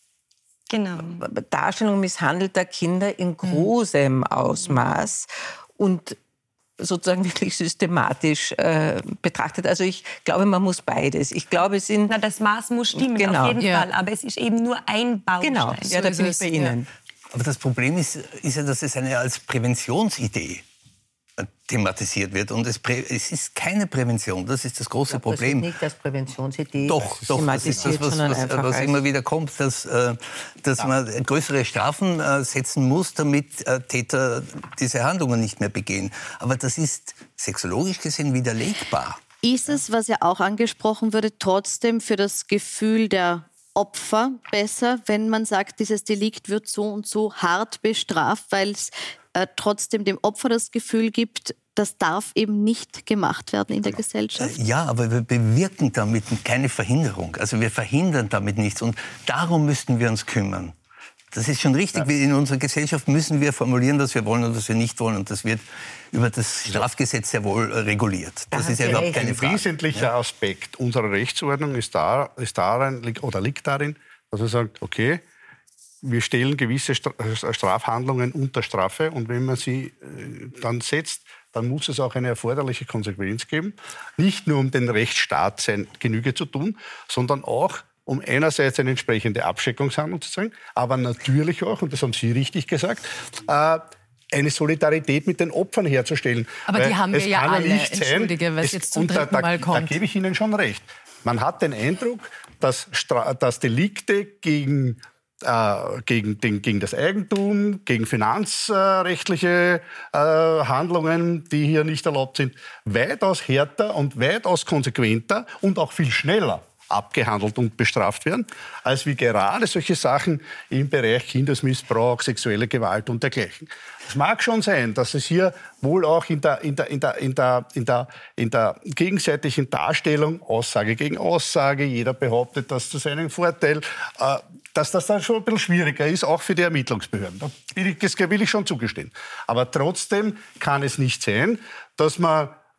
[SPEAKER 5] Genau.
[SPEAKER 3] Darstellung misshandelter Kinder in großem mhm. Ausmaß und sozusagen wirklich systematisch äh, betrachtet. Also ich glaube, man muss beides. Ich glaube, es sind...
[SPEAKER 5] Na, das Maß muss stimmen,
[SPEAKER 3] genau.
[SPEAKER 5] auf jeden
[SPEAKER 4] Ja.
[SPEAKER 5] Fall. Aber es ist eben nur ein Baustein.
[SPEAKER 3] Genau, ja,
[SPEAKER 4] So
[SPEAKER 3] da
[SPEAKER 4] ist
[SPEAKER 3] bin
[SPEAKER 4] es,
[SPEAKER 3] ich bei Ihnen.
[SPEAKER 6] Aber das Problem ist, ist ja, dass es eine als Präventionsidee thematisiert wird. Und es, prä es ist keine Prävention. Das ist das große
[SPEAKER 3] Ich glaube,
[SPEAKER 6] Problem.
[SPEAKER 3] Das ist nicht als Präventionsidee
[SPEAKER 6] Doch, doch, das ist das, was, was, was immer wieder kommt, dass, äh, dass ja. man größere Strafen äh, setzen muss, damit äh, Täter diese Handlungen nicht mehr begehen. Aber das ist sexologisch gesehen widerlegbar.
[SPEAKER 1] Ist es, was ja auch angesprochen wurde, trotzdem für das Gefühl der Opfer besser, wenn man sagt, dieses Delikt wird so und so hart bestraft, weil es äh, trotzdem dem Opfer das Gefühl gibt, das darf eben nicht gemacht werden in der Gesellschaft?
[SPEAKER 6] Ja, aber wir bewirken damit keine Verhinderung. Also wir verhindern damit nichts. Und darum müssten wir uns kümmern. Das ist schon richtig. Ja. In unserer Gesellschaft müssen wir formulieren, was wir wollen und was wir nicht wollen. Und das wird über das Strafgesetz sehr wohl reguliert. Das ist ja überhaupt keine Frage.
[SPEAKER 2] Ein wesentlicher ja. Aspekt unserer Rechtsordnung ist, da, ist darin, oder liegt darin, dass er sagt, okay, wir stellen gewisse Strafhandlungen unter Strafe und wenn man sie dann setzt, dann muss es auch eine erforderliche Konsequenz geben. Nicht nur um den Rechtsstaat sein Genüge zu tun, sondern auch um einerseits eine entsprechende Abschreckungshandlung zu zeigen, aber natürlich auch, und das haben Sie richtig gesagt, äh, eine Solidarität mit den Opfern herzustellen.
[SPEAKER 4] Aber die
[SPEAKER 2] Weil
[SPEAKER 4] haben wir
[SPEAKER 2] es
[SPEAKER 4] ja
[SPEAKER 2] kann
[SPEAKER 4] alle,
[SPEAKER 2] nicht
[SPEAKER 4] entschuldige,
[SPEAKER 2] sein,
[SPEAKER 4] was
[SPEAKER 2] es,
[SPEAKER 4] jetzt zum
[SPEAKER 2] und
[SPEAKER 4] dritten
[SPEAKER 2] da,
[SPEAKER 4] Mal kommt.
[SPEAKER 2] Da gebe ich Ihnen schon recht. Man hat den Eindruck, dass, Stra dass Delikte gegen Äh, gegen, den, gegen das Eigentum, gegen finanzrechtliche äh, Handlungen, die hier nicht erlaubt sind, weitaus härter und weitaus konsequenter und auch viel schneller abgehandelt und bestraft werden, als wie gerade solche Sachen im Bereich Kindesmissbrauch, sexuelle Gewalt und dergleichen. Es mag schon sein, dass es hier wohl auch in der, in der, in der, in der, in der, in der gegenseitigen Darstellung, Aussage gegen Aussage, jeder behauptet das zu seinem Vorteil, äh, dass das dann schon ein bisschen schwieriger ist, auch für die Ermittlungsbehörden. Das will ich schon zugestehen. Aber trotzdem kann es nicht sein, dass man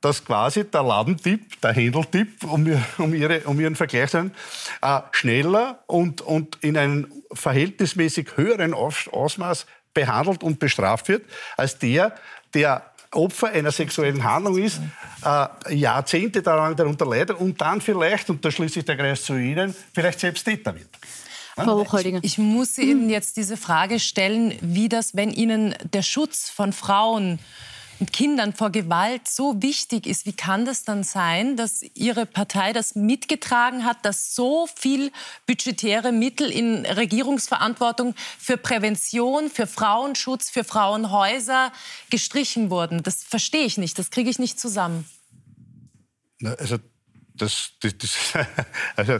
[SPEAKER 2] dass quasi der Ladentipp, der Händeltipp, um, um, ihre, um ihren Vergleich zu haben, äh, schneller und, und in einem verhältnismäßig höheren Ausmaß behandelt und bestraft wird, als der, der Opfer einer sexuellen Handlung ist, äh, Jahrzehnte daran darunter leidet und dann vielleicht, und da schließt sich der Kreis zu Ihnen, vielleicht selbst Täter wird.
[SPEAKER 1] Frau Hochholdinger.
[SPEAKER 4] Ich, ich muss Ihnen jetzt diese Frage stellen, wie das, wenn Ihnen der Schutz von Frauen und Kindern vor Gewalt so wichtig ist, wie kann das dann sein, dass Ihre Partei das mitgetragen hat, dass so viel budgetäre Mittel in Regierungsverantwortung für Prävention, für Frauenschutz, für Frauenhäuser gestrichen wurden? Das verstehe ich nicht, das kriege ich nicht zusammen.
[SPEAKER 2] Also, das, das, das also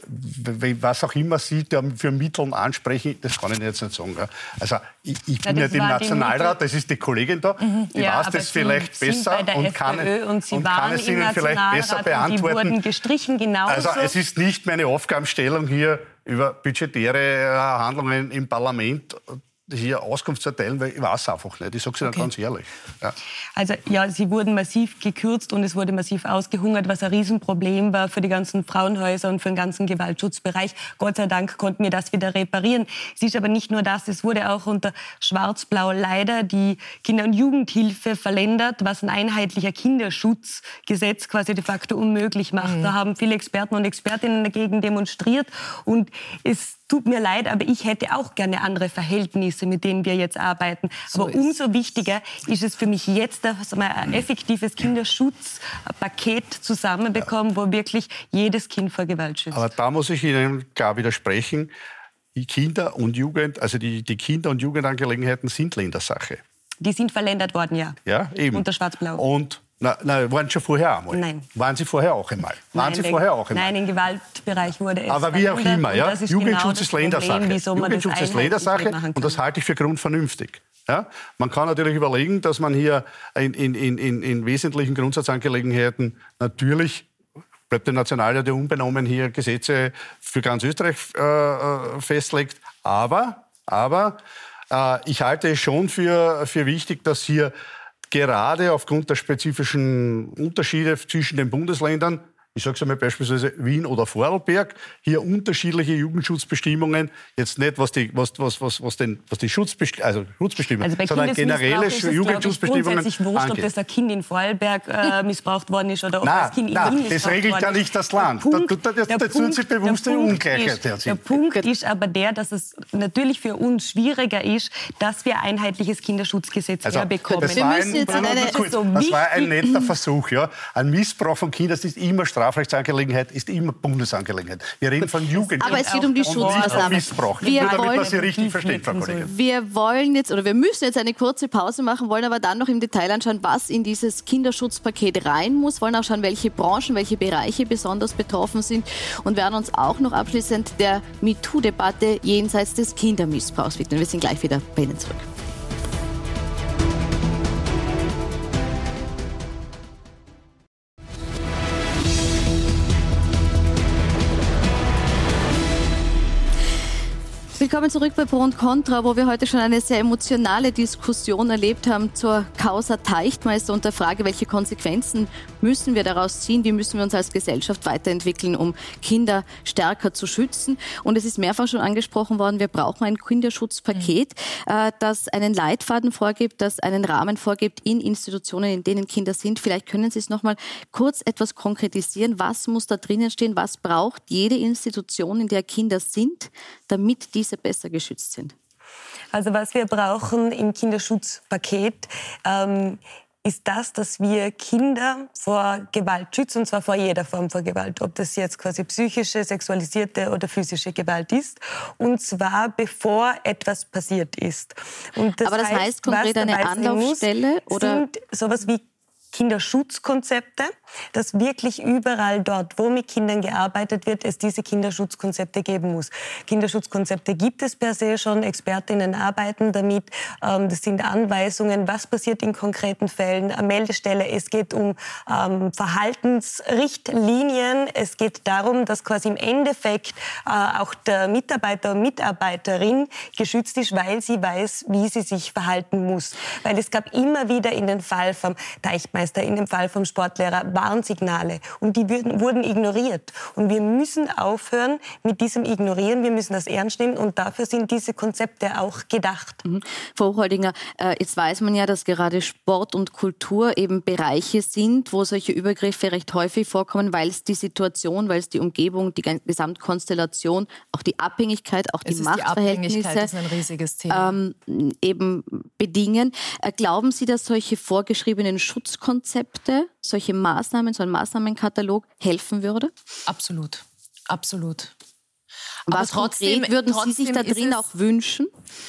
[SPEAKER 2] was auch immer Sie da für Mittel ansprechen, das kann ich jetzt nicht sagen. Also ich, ich bin ja, nicht im Nationalrat, das ist die Kollegin da, mhm. die ja, weiß das vielleicht besser und kann,
[SPEAKER 5] und Sie
[SPEAKER 2] und
[SPEAKER 5] waren
[SPEAKER 2] kann es Ihnen vielleicht besser beantworten.
[SPEAKER 5] Die wurden gestrichen, genauso.
[SPEAKER 2] Also es ist nicht meine Aufgabenstellung, hier über budgetäre Handlungen im Parlament hier Auskunft zu erteilen, weil ich weiß einfach nicht. Ich sage es Ihnen okay. ganz ehrlich. Ja.
[SPEAKER 5] Also ja, sie wurden massiv gekürzt und es wurde massiv ausgehungert, was ein Riesenproblem war für die ganzen Frauenhäuser und für den ganzen Gewaltschutzbereich. Gott sei Dank konnten wir das wieder reparieren. Es ist aber nicht nur das, es wurde auch unter Schwarz-Blau leider die Kinder- und Jugendhilfe verlängert, was ein einheitlicher Kinderschutzgesetz quasi de facto unmöglich macht. Mhm. Da haben viele Experten und Expertinnen dagegen demonstriert und es tut mir leid, aber ich hätte auch gerne andere Verhältnisse, mit denen wir jetzt arbeiten. So aber umso wichtiger ist es für mich jetzt, dass wir ein effektives Kinderschutzpaket zusammenbekommen, wo wirklich jedes Kind vor Gewalt schützt.
[SPEAKER 2] Aber da muss ich Ihnen klar widersprechen. Die Kinder- und Jugend, also die, die Kinder- und Jugendangelegenheiten sind Ländersache.
[SPEAKER 5] Die sind verländert worden, ja.
[SPEAKER 2] Ja, eben.
[SPEAKER 5] Unter Schwarz-Blau.
[SPEAKER 2] Und Na, na, waren Sie vorher einmal?
[SPEAKER 5] Nein.
[SPEAKER 2] Waren Sie vorher auch einmal? Waren
[SPEAKER 5] nein,
[SPEAKER 2] Sie vorher auch einmal?
[SPEAKER 5] Nein, im Gewaltbereich wurde es
[SPEAKER 2] Aber wie auch immer, ja? Jugendschutz
[SPEAKER 5] genau
[SPEAKER 2] ist Ländersache. Jugendschutz ist Ländersache und das
[SPEAKER 5] kann.
[SPEAKER 2] halte ich für grundvernünftig. Ja? Man kann natürlich überlegen, dass man hier in, in, in, in wesentlichen Grundsatzangelegenheiten natürlich, bleibt der Nationalrat ja unbenommen, hier Gesetze für ganz Österreich äh, festlegt. Aber, aber äh, ich halte es schon für, für wichtig, dass hier gerade aufgrund der spezifischen Unterschiede zwischen den Bundesländern, ich sage es einmal beispielsweise Wien oder Vorarlberg, hier unterschiedliche Jugendschutzbestimmungen, jetzt nicht was die, was, was, was, was den, was die Schutzbesti- also Schutzbestimmungen,
[SPEAKER 5] also
[SPEAKER 2] sondern generelle Jugendschutzbestimmungen
[SPEAKER 5] angeht. Es ist wurscht, ob das ein Kind in Vorarlberg äh, missbraucht worden ist oder ob
[SPEAKER 2] nein,
[SPEAKER 5] das Kind in
[SPEAKER 2] nein,
[SPEAKER 5] Wien missbraucht
[SPEAKER 2] das regelt ja nicht das Land.
[SPEAKER 5] Punkt,
[SPEAKER 2] da, da, das tun Sie bewusst die Ungleichheit
[SPEAKER 5] Der Punkt ist aber der, dass es natürlich für uns schwieriger ist, dass wir ein einheitliches Kinderschutzgesetz
[SPEAKER 2] also,
[SPEAKER 5] herbekommen.
[SPEAKER 2] Das, war ein,
[SPEAKER 1] jetzt eine,
[SPEAKER 2] kurz,
[SPEAKER 5] so
[SPEAKER 2] das war ein netter Versuch. Ja. Ein Missbrauch von Kindern ist immer Strafrechtsangelegenheit, ist immer Bundesangelegenheit. Wir reden von Jugend.
[SPEAKER 1] Aber es geht um die Schutzmaßnahmen.
[SPEAKER 2] Missbrauch.
[SPEAKER 1] Wir
[SPEAKER 2] Nur damit
[SPEAKER 1] wollen,
[SPEAKER 2] man Sie richtig versteht, Frau Kollegin.
[SPEAKER 1] Wir wollen jetzt, oder wir müssen jetzt eine kurze Pause machen, wollen aber dann noch im Detail anschauen, was in dieses Kinderschutzpaket rein muss, wollen auch schauen, welche Branchen, welche Bereiche besonders betroffen sind und werden uns auch noch abschließend der MeToo-Debatte jenseits des Kindermissbrauchs widmen. Wir sind gleich wieder bei Ihnen zurück. Willkommen zurück bei Pro und Contra, wo wir heute schon eine sehr emotionale Diskussion erlebt haben zur Causa Teichtmeister und der Frage, welche Konsequenzen müssen wir daraus ziehen, wie müssen wir uns als Gesellschaft weiterentwickeln, um Kinder stärker zu schützen. Und es ist mehrfach schon angesprochen worden, wir brauchen ein Kinderschutzpaket, mhm. das einen Leitfaden vorgibt, das einen Rahmen vorgibt in Institutionen, in denen Kinder sind. Vielleicht können Sie es noch mal kurz etwas konkretisieren. Was muss da drinnen stehen? Was braucht jede Institution, in der Kinder sind, damit diese besser geschützt sind?
[SPEAKER 5] Also was wir brauchen im Kinderschutzpaket ähm, ist das, dass wir Kinder vor Gewalt schützen, und zwar vor jeder Form von Gewalt, ob das jetzt quasi psychische, sexualisierte oder physische Gewalt ist, und zwar bevor etwas passiert ist. Und das
[SPEAKER 1] Aber das heißt, heißt konkret
[SPEAKER 5] eine
[SPEAKER 1] Anlaufstelle?
[SPEAKER 5] Muss, oder? Sind sowas wie Kinderschutzkonzepte, dass wirklich überall dort, wo mit Kindern gearbeitet wird, es diese Kinderschutzkonzepte geben muss. Kinderschutzkonzepte gibt es per se schon, Expertinnen arbeiten damit, ähm, das sind Anweisungen, was passiert in konkreten Fällen, eine Meldestelle, es geht um ähm, Verhaltensrichtlinien, es geht darum, dass quasi im Endeffekt äh, auch der Mitarbeiter und Mitarbeiterin geschützt ist, weil sie weiß, wie sie sich verhalten muss. Weil es gab immer wieder in dem Fall vom Teichtmeister, in dem Fall vom Sportlehrer Warnsignale und die wurden, wurden ignoriert. Und wir müssen aufhören mit diesem Ignorieren, wir müssen das ernst nehmen und dafür sind diese Konzepte auch gedacht.
[SPEAKER 1] Mhm. Frau Holdinger, äh, jetzt weiß man ja, dass gerade Sport und Kultur eben Bereiche sind, wo solche Übergriffe recht häufig vorkommen, weil es die Situation, weil es die Umgebung, die Gesamtkonstellation, auch die Abhängigkeit, auch die Machtverhältnisse
[SPEAKER 4] die Abhängigkeit ist ein riesiges Thema.
[SPEAKER 1] Ähm, eben bedingen. Äh, glauben Sie, dass solche vorgeschriebenen Schutzkonzepte, solche Maßnahmen, so ein Maßnahmenkatalog helfen würde?
[SPEAKER 4] Absolut, absolut.
[SPEAKER 1] Was
[SPEAKER 4] Aber trotzdem,
[SPEAKER 1] konkret würden
[SPEAKER 4] trotzdem
[SPEAKER 1] Sie sich da drin auch wünschen?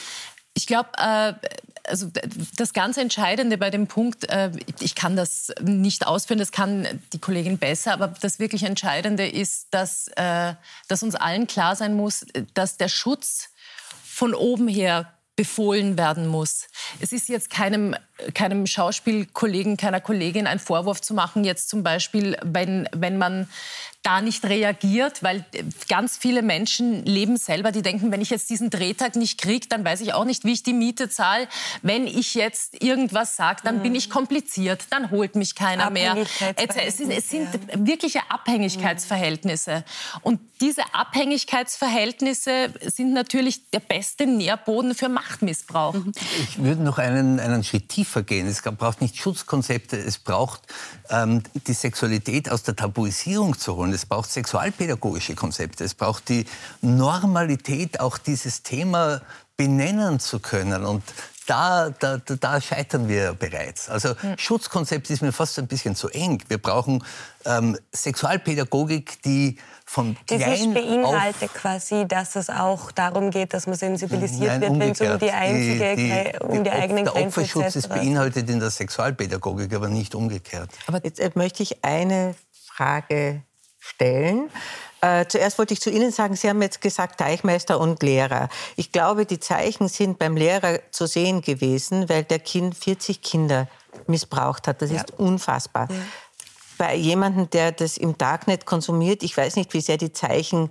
[SPEAKER 4] Ich glaube, äh, also das ganz Entscheidende bei dem Punkt, äh, ich kann das nicht ausführen, das kann die Kollegin besser, aber das wirklich Entscheidende ist, dass, äh, dass uns allen klar sein muss, dass der Schutz von oben her befohlen werden muss. Es ist jetzt keinem, keinem Schauspielkollegen, keiner Kollegin ein Vorwurf zu machen, jetzt zum Beispiel, wenn, wenn man da nicht reagiert, weil ganz viele Menschen leben selber, die denken, wenn ich jetzt diesen Drehtag nicht kriege, dann weiß ich auch nicht, wie ich die Miete zahle. Wenn ich jetzt irgendwas sage, dann mhm. bin ich kompliziert, dann holt mich keiner mehr. Es sind, es sind wirkliche Abhängigkeitsverhältnisse. Und diese Abhängigkeitsverhältnisse sind natürlich der beste Nährboden für Machtmissbrauch. Mhm.
[SPEAKER 6] Ich würde noch einen, einen Schritt tiefer gehen. Es braucht nicht Schutzkonzepte, es braucht ähm, die Sexualität aus der Tabuisierung zu holen. Es braucht sexualpädagogische Konzepte. Es braucht die Normalität, auch dieses Thema benennen zu können. Und da, da, da scheitern wir bereits. Also mhm. Schutzkonzept ist mir fast ein bisschen zu eng. Wir brauchen ähm, Sexualpädagogik, die von klein
[SPEAKER 5] Das beinhaltet quasi, dass es auch darum geht, dass man sensibilisiert Nein, wird, wenn es um die, einzige, die, die, um die, die eigenen Grenzen geht. Der Opferschutz ist beinhaltet in der Sexualpädagogik, aber nicht umgekehrt.
[SPEAKER 3] Aber jetzt möchte ich eine Frage stellen. Äh, zuerst wollte ich zu Ihnen sagen, Sie haben jetzt gesagt Teichmeister und Lehrer. Ich glaube, die Zeichen sind beim Lehrer zu sehen gewesen, weil der Kind vierzig Kinder missbraucht hat. Das ja. ist unfassbar. Ja. Bei jemandem, der das im Darknet konsumiert, ich weiß nicht, wie sehr die Zeichen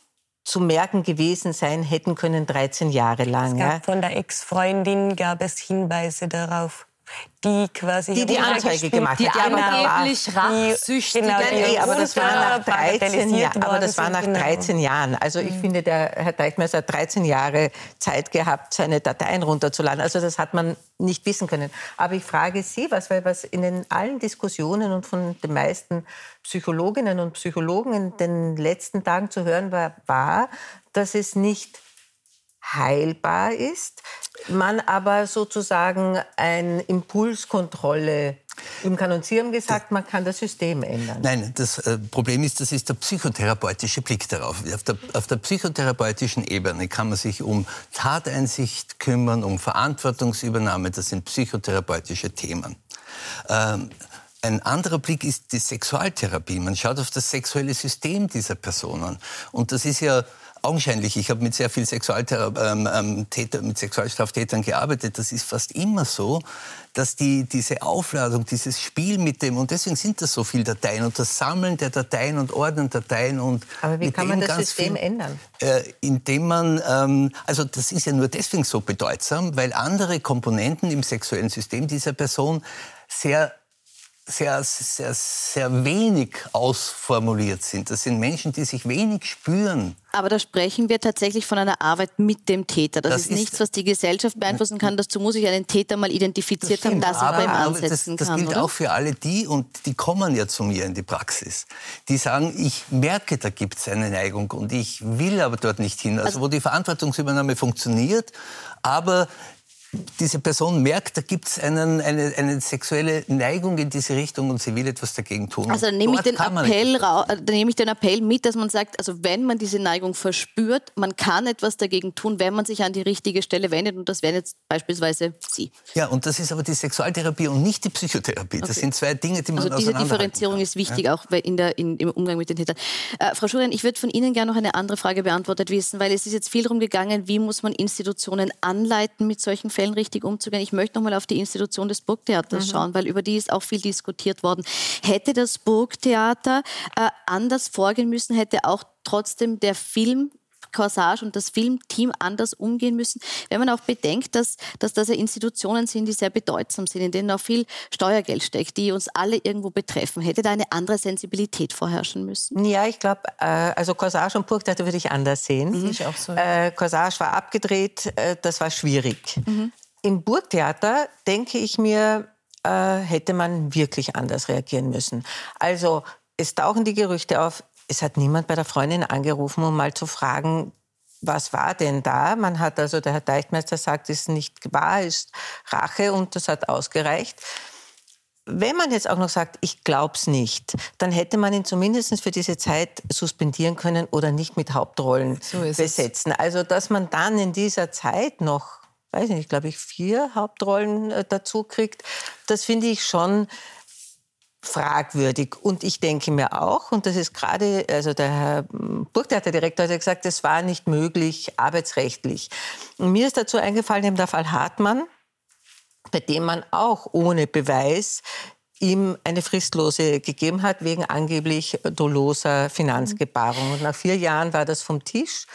[SPEAKER 3] zu merken gewesen sein hätten können, dreizehn Jahre lang.
[SPEAKER 5] Es gab ja. Von der Ex-Freundin gab es Hinweise darauf. Die quasi
[SPEAKER 3] die, die Anzeige gemacht
[SPEAKER 4] die
[SPEAKER 3] hat.
[SPEAKER 4] Die angeblich rachsüchtig.
[SPEAKER 3] Genau, die, aber das war nach dreizehn, Jahr, aber das war nach dreizehn genau. Jahren. Also ich mhm. finde, der Herr Teichmeister hat dreizehn Jahre Zeit gehabt, seine Dateien runterzuladen. Also das hat man nicht wissen können. Aber ich frage Sie, was, weil was in den allen Diskussionen und von den meisten Psychologinnen und Psychologen in den letzten Tagen zu hören war, war, dass es nicht heilbar ist, man aber sozusagen eine Impulskontrolle üben kann. Und Sie haben gesagt, man kann das System ändern.
[SPEAKER 6] Nein, das äh, Problem ist, das ist der psychotherapeutische Blick darauf. Auf der, auf der psychotherapeutischen Ebene kann man sich um Tateinsicht kümmern, um Verantwortungsübernahme. Das sind psychotherapeutische Themen. Ähm, Ein anderer Blick ist die Sexualtherapie. Man schaut auf das sexuelle System dieser Personen. Und das ist ja augenscheinlich. Ich habe mit sehr vielen Sexualthera- ähm, Täter, mit Sexualstraftätern gearbeitet. Das ist fast immer so, dass die, diese Aufladung, dieses Spiel mit dem, und deswegen sind das so viele Dateien, und das Sammeln der Dateien und Ordnen Dateien und...
[SPEAKER 3] Aber wie kann man das System viel, ändern?
[SPEAKER 6] Äh, indem man, ähm, also das ist ja nur deswegen so bedeutsam, weil andere Komponenten im sexuellen System dieser Person sehr sehr, sehr, sehr wenig ausformuliert sind. Das sind Menschen, die sich wenig spüren.
[SPEAKER 1] Aber da sprechen wir tatsächlich von einer Arbeit mit dem Täter. Das, das ist, ist nichts, was die Gesellschaft beeinflussen kann. Dazu muss ich einen Täter mal identifiziert das haben, dass ich bei ihm ansetzen
[SPEAKER 6] das, das
[SPEAKER 1] kann.
[SPEAKER 6] gilt
[SPEAKER 1] oder?
[SPEAKER 6] auch für alle die, und die kommen ja zu mir in die Praxis, die sagen, ich merke, da gibt es eine Neigung und ich will aber dort nicht hin. Also, also wo die Verantwortungsübernahme funktioniert, aber diese Person merkt, da gibt es eine, eine sexuelle Neigung in diese Richtung und sie will etwas dagegen tun.
[SPEAKER 1] Also dann nehme ich, den Appell, dann nehme ich den Appell mit, dass man sagt, also wenn man diese Neigung verspürt, man kann etwas dagegen tun, wenn man sich an die richtige Stelle wendet und das wären jetzt beispielsweise Sie.
[SPEAKER 6] Ja, und das ist aber die Sexualtherapie und nicht die Psychotherapie. Das okay. sind zwei Dinge, die man
[SPEAKER 1] also diese Differenzierung
[SPEAKER 6] kann.
[SPEAKER 1] ist wichtig,
[SPEAKER 6] ja.
[SPEAKER 1] auch in der, in, im Umgang mit den Tätern. Äh, Frau Schurian, ich würde von Ihnen gerne noch eine andere Frage beantwortet wissen, weil es ist jetzt viel darum gegangen, wie muss man Institutionen anleiten, mit solchen Fällen richtig umzugehen. Ich möchte noch mal auf die Institution des Burgtheaters mhm. schauen, weil über die ist auch viel diskutiert worden. Hätte das Burgtheater äh, anders vorgehen müssen, hätte auch trotzdem der Film Corsage und das Filmteam anders umgehen müssen, wenn man auch bedenkt, dass, dass das ja Institutionen sind, die sehr bedeutsam sind, in denen auch viel Steuergeld steckt, die uns alle irgendwo betreffen. Hätte da eine andere Sensibilität vorherrschen müssen?
[SPEAKER 3] Ja, ich glaube, äh, also Corsage und Burgtheater würde ich anders sehen.
[SPEAKER 1] Mhm.
[SPEAKER 3] Ich auch so. Äh, Corsage war abgedreht, äh, das war schwierig. Mhm. Im Burgtheater denke ich mir, äh, hätte man wirklich anders reagieren müssen. Also es tauchen die Gerüchte auf, es hat niemand bei der Freundin angerufen, um mal zu fragen, was war denn da? Man hat also, der Herr Teichtmeister sagt, es ist nicht wahr, es ist Rache und das hat ausgereicht. Wenn man jetzt auch noch sagt, ich glaub's nicht, dann hätte man ihn zumindest für diese Zeit suspendieren können oder nicht mit Hauptrollen so besetzen. Es. Also, dass man dann in dieser Zeit noch, weiß nicht, glaube ich, vier Hauptrollen äh, dazu kriegt, das finde ich schon fragwürdig. Und ich denke mir auch, und das ist gerade, also der Herr Burgtheaterdirektor hat ja gesagt, das war nicht möglich arbeitsrechtlich. Und mir ist dazu eingefallen, eben der Fall Hartmann, bei dem man auch ohne Beweis ihm eine Fristlose gegeben hat, wegen angeblich doloser Finanzgebarung. Und nach vier Jahren war das vom Tisch.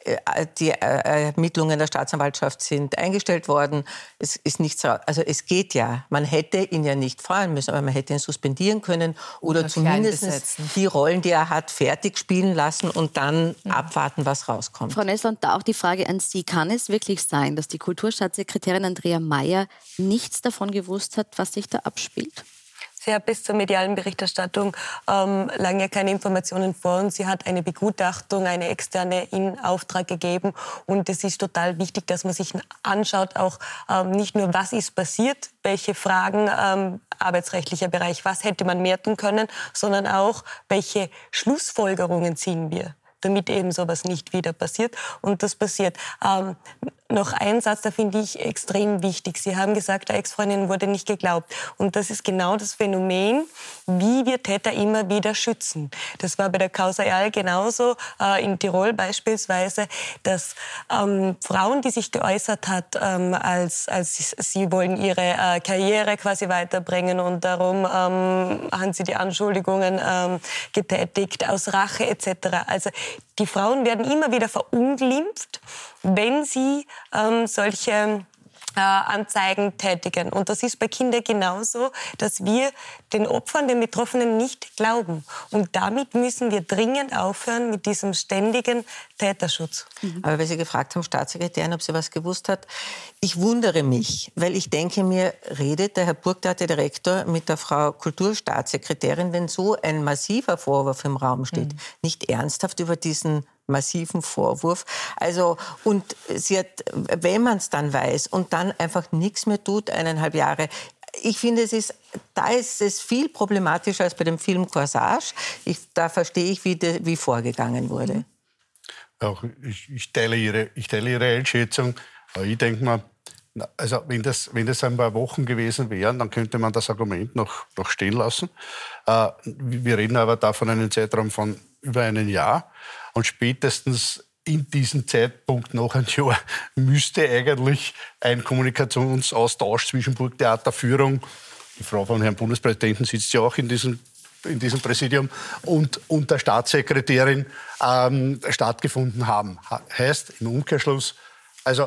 [SPEAKER 3] Die Ermittlungen der Staatsanwaltschaft sind eingestellt worden. Es ist nichts, also es geht ja. Man hätte ihn ja nicht feuern müssen, aber man hätte ihn suspendieren können oder, oder zumindest die Rollen, die er hat, fertig spielen lassen und dann mhm. abwarten, was rauskommt.
[SPEAKER 1] Frau Nessler, da auch die Frage an Sie. Kann es wirklich sein, dass die Kulturstaatssekretärin Andrea Mayer nichts davon gewusst hat, was sich da abspielt?
[SPEAKER 5] Sie hat bis zur medialen Berichterstattung ähm, lange keine Informationen vor und sie hat eine Begutachtung, eine externe in Auftrag gegeben. Und es ist total wichtig, dass man sich anschaut, auch ähm, nicht nur, was ist passiert, welche Fragen, ähm, arbeitsrechtlicher Bereich, was hätte man mehr tun können, sondern auch, welche Schlussfolgerungen ziehen wir, damit eben sowas nicht wieder passiert. Und das passiert. Ähm, noch ein Satz, da finde ich extrem wichtig. Sie haben gesagt, der Ex-Freundin wurde nicht geglaubt. Und das ist genau das Phänomen, wie wir Täter immer wieder schützen. Das war bei der Causa Erl genauso, äh, in Tirol beispielsweise, dass ähm, Frauen, die sich geäußert hat, ähm, als, als sie, sie wollen ihre äh, Karriere quasi weiterbringen und darum ähm, haben sie die Anschuldigungen ähm, getätigt, aus Rache et cetera. Also die Frauen werden immer wieder verunglimpft, wenn sie ähm, solche äh, Anzeigen tätigen. Und das ist bei Kindern genauso, dass wir den Opfern, den Betroffenen nicht glauben. Und damit müssen wir dringend aufhören mit diesem ständigen Täterschutz.
[SPEAKER 3] Mhm. Aber weil Sie gefragt haben, Staatssekretärin, ob sie was gewusst hat, ich wundere mich, weil ich denke mir, redet der Herr Burgtheaterdirektor mit der Frau Kulturstaatssekretärin, wenn so ein massiver Vorwurf im Raum steht, mhm. nicht ernsthaft über diesen massiven Vorwurf. Also, und sie hat, wenn man es dann weiß und dann einfach nichts mehr tut, eineinhalb Jahre, ich finde, es ist, da ist es viel problematischer als bei dem Film Corsage. Ich, da verstehe ich, wie, de, wie vorgegangen wurde.
[SPEAKER 2] Auch ich, ich, teile ihre, ich teile Ihre Einschätzung. Aber ich denke mal, also wenn das, wenn das ein paar Wochen gewesen wären, dann könnte man das Argument noch, noch stehen lassen. Äh, wir reden aber da von einem Zeitraum von über einem Jahr. Und spätestens in diesem Zeitpunkt nach einem Jahr müsste eigentlich ein Kommunikationsaustausch zwischen Burgtheaterführung, die Frau von Herrn Bundespräsidenten sitzt ja auch in diesem, in diesem Präsidium, und, und der Staatssekretärin ähm, stattgefunden haben. Heißt im Umkehrschluss, also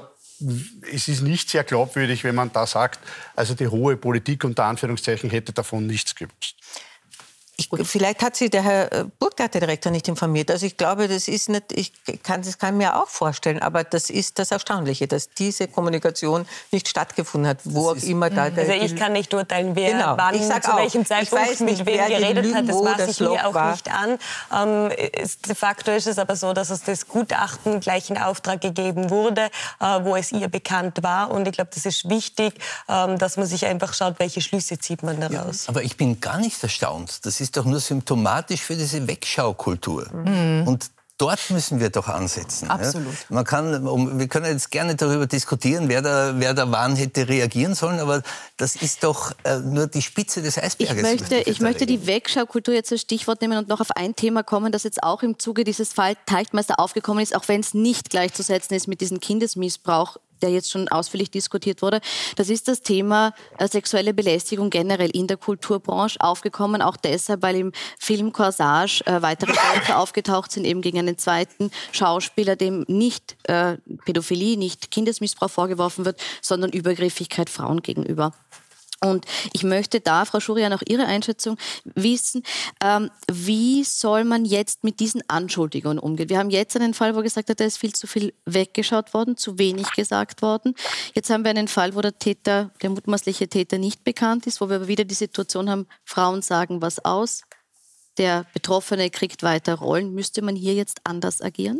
[SPEAKER 2] es ist nicht sehr glaubwürdig, wenn man da sagt, also die hohe Politik unter Anführungszeichen hätte davon nichts gewusst.
[SPEAKER 3] Ich, vielleicht hat sich der Herr Burgtheaterdirektor nicht informiert. Also ich glaube, das ist nicht, ich kann das kann mir auch vorstellen, aber das ist das Erstaunliche, dass diese Kommunikation nicht stattgefunden hat, wo auch immer da...
[SPEAKER 5] Also ich kann nicht urteilen, wer
[SPEAKER 3] genau.
[SPEAKER 5] wann,
[SPEAKER 3] ich sag
[SPEAKER 5] zu
[SPEAKER 3] auch,
[SPEAKER 5] welchem Zeitpunkt
[SPEAKER 3] nicht,
[SPEAKER 5] mit wem geredet hat, das maße ich mir auch
[SPEAKER 3] war.
[SPEAKER 5] nicht an. Ähm, de facto ist es aber so, dass es das Gutachten gleich in Auftrag gegeben wurde, äh, wo es ihr bekannt war. Und ich glaube, das ist wichtig, ähm, dass man sich einfach schaut, welche Schlüsse zieht man daraus.
[SPEAKER 6] Ja, aber ich bin gar nicht erstaunt. Das ist doch nur symptomatisch für diese Wegschaukultur. Mhm. Und dort müssen wir doch ansetzen.
[SPEAKER 4] Absolut.
[SPEAKER 6] Ja? Man kann, wir können jetzt gerne darüber diskutieren, wer da, wer da wann hätte reagieren sollen, aber das ist doch äh, nur die Spitze des Eisberges.
[SPEAKER 1] Ich möchte, ich möchte die Wegschaukultur jetzt als Stichwort nehmen und noch auf ein Thema kommen, das jetzt auch im Zuge dieses Fall Teichtmeister aufgekommen ist, auch wenn es nicht gleichzusetzen ist mit diesem Kindesmissbrauch, der jetzt schon ausführlich diskutiert wurde. Das ist das Thema äh, sexuelle Belästigung generell in der Kulturbranche aufgekommen, auch deshalb, weil im Film Corsage äh, weitere Vorwürfe aufgetaucht sind, eben gegen einen zweiten Schauspieler, dem nicht äh, Pädophilie, nicht Kindesmissbrauch vorgeworfen wird, sondern Übergriffigkeit Frauen gegenüber. Und ich möchte da, Frau Schurian, auch Ihre Einschätzung wissen, ähm, wie soll man jetzt mit diesen Anschuldigungen umgehen? Wir haben jetzt einen Fall, wo gesagt wird, da ist viel zu viel weggeschaut worden, zu wenig gesagt worden. Jetzt haben wir einen Fall, wo der Täter, der mutmaßliche Täter nicht bekannt ist, wo wir aber wieder die Situation haben, Frauen sagen was aus, der Betroffene kriegt weiter Rollen. Müsste man hier jetzt anders agieren?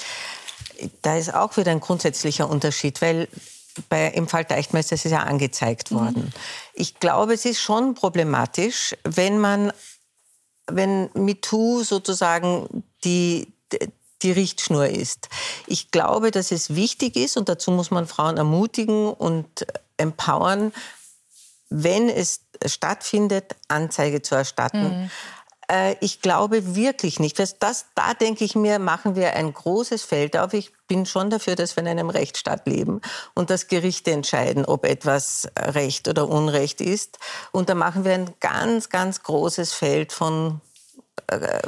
[SPEAKER 3] Da ist auch wieder ein grundsätzlicher Unterschied, weil Bei, im Fall Teichtmeister ist es ja angezeigt worden. Mhm. Ich glaube, es ist schon problematisch, wenn man, wenn MeToo sozusagen die, die Richtschnur ist. Ich glaube, dass es wichtig ist, und dazu muss man Frauen ermutigen und empowern, wenn es stattfindet, Anzeige zu erstatten. Mhm. Ich glaube wirklich nicht. Das, das, da denke ich mir, machen wir ein großes Feld auf. Ich bin schon dafür, dass wir in einem Rechtsstaat leben und dass Gerichte entscheiden, ob etwas Recht oder Unrecht ist. Und da machen wir ein ganz, ganz großes Feld von äh,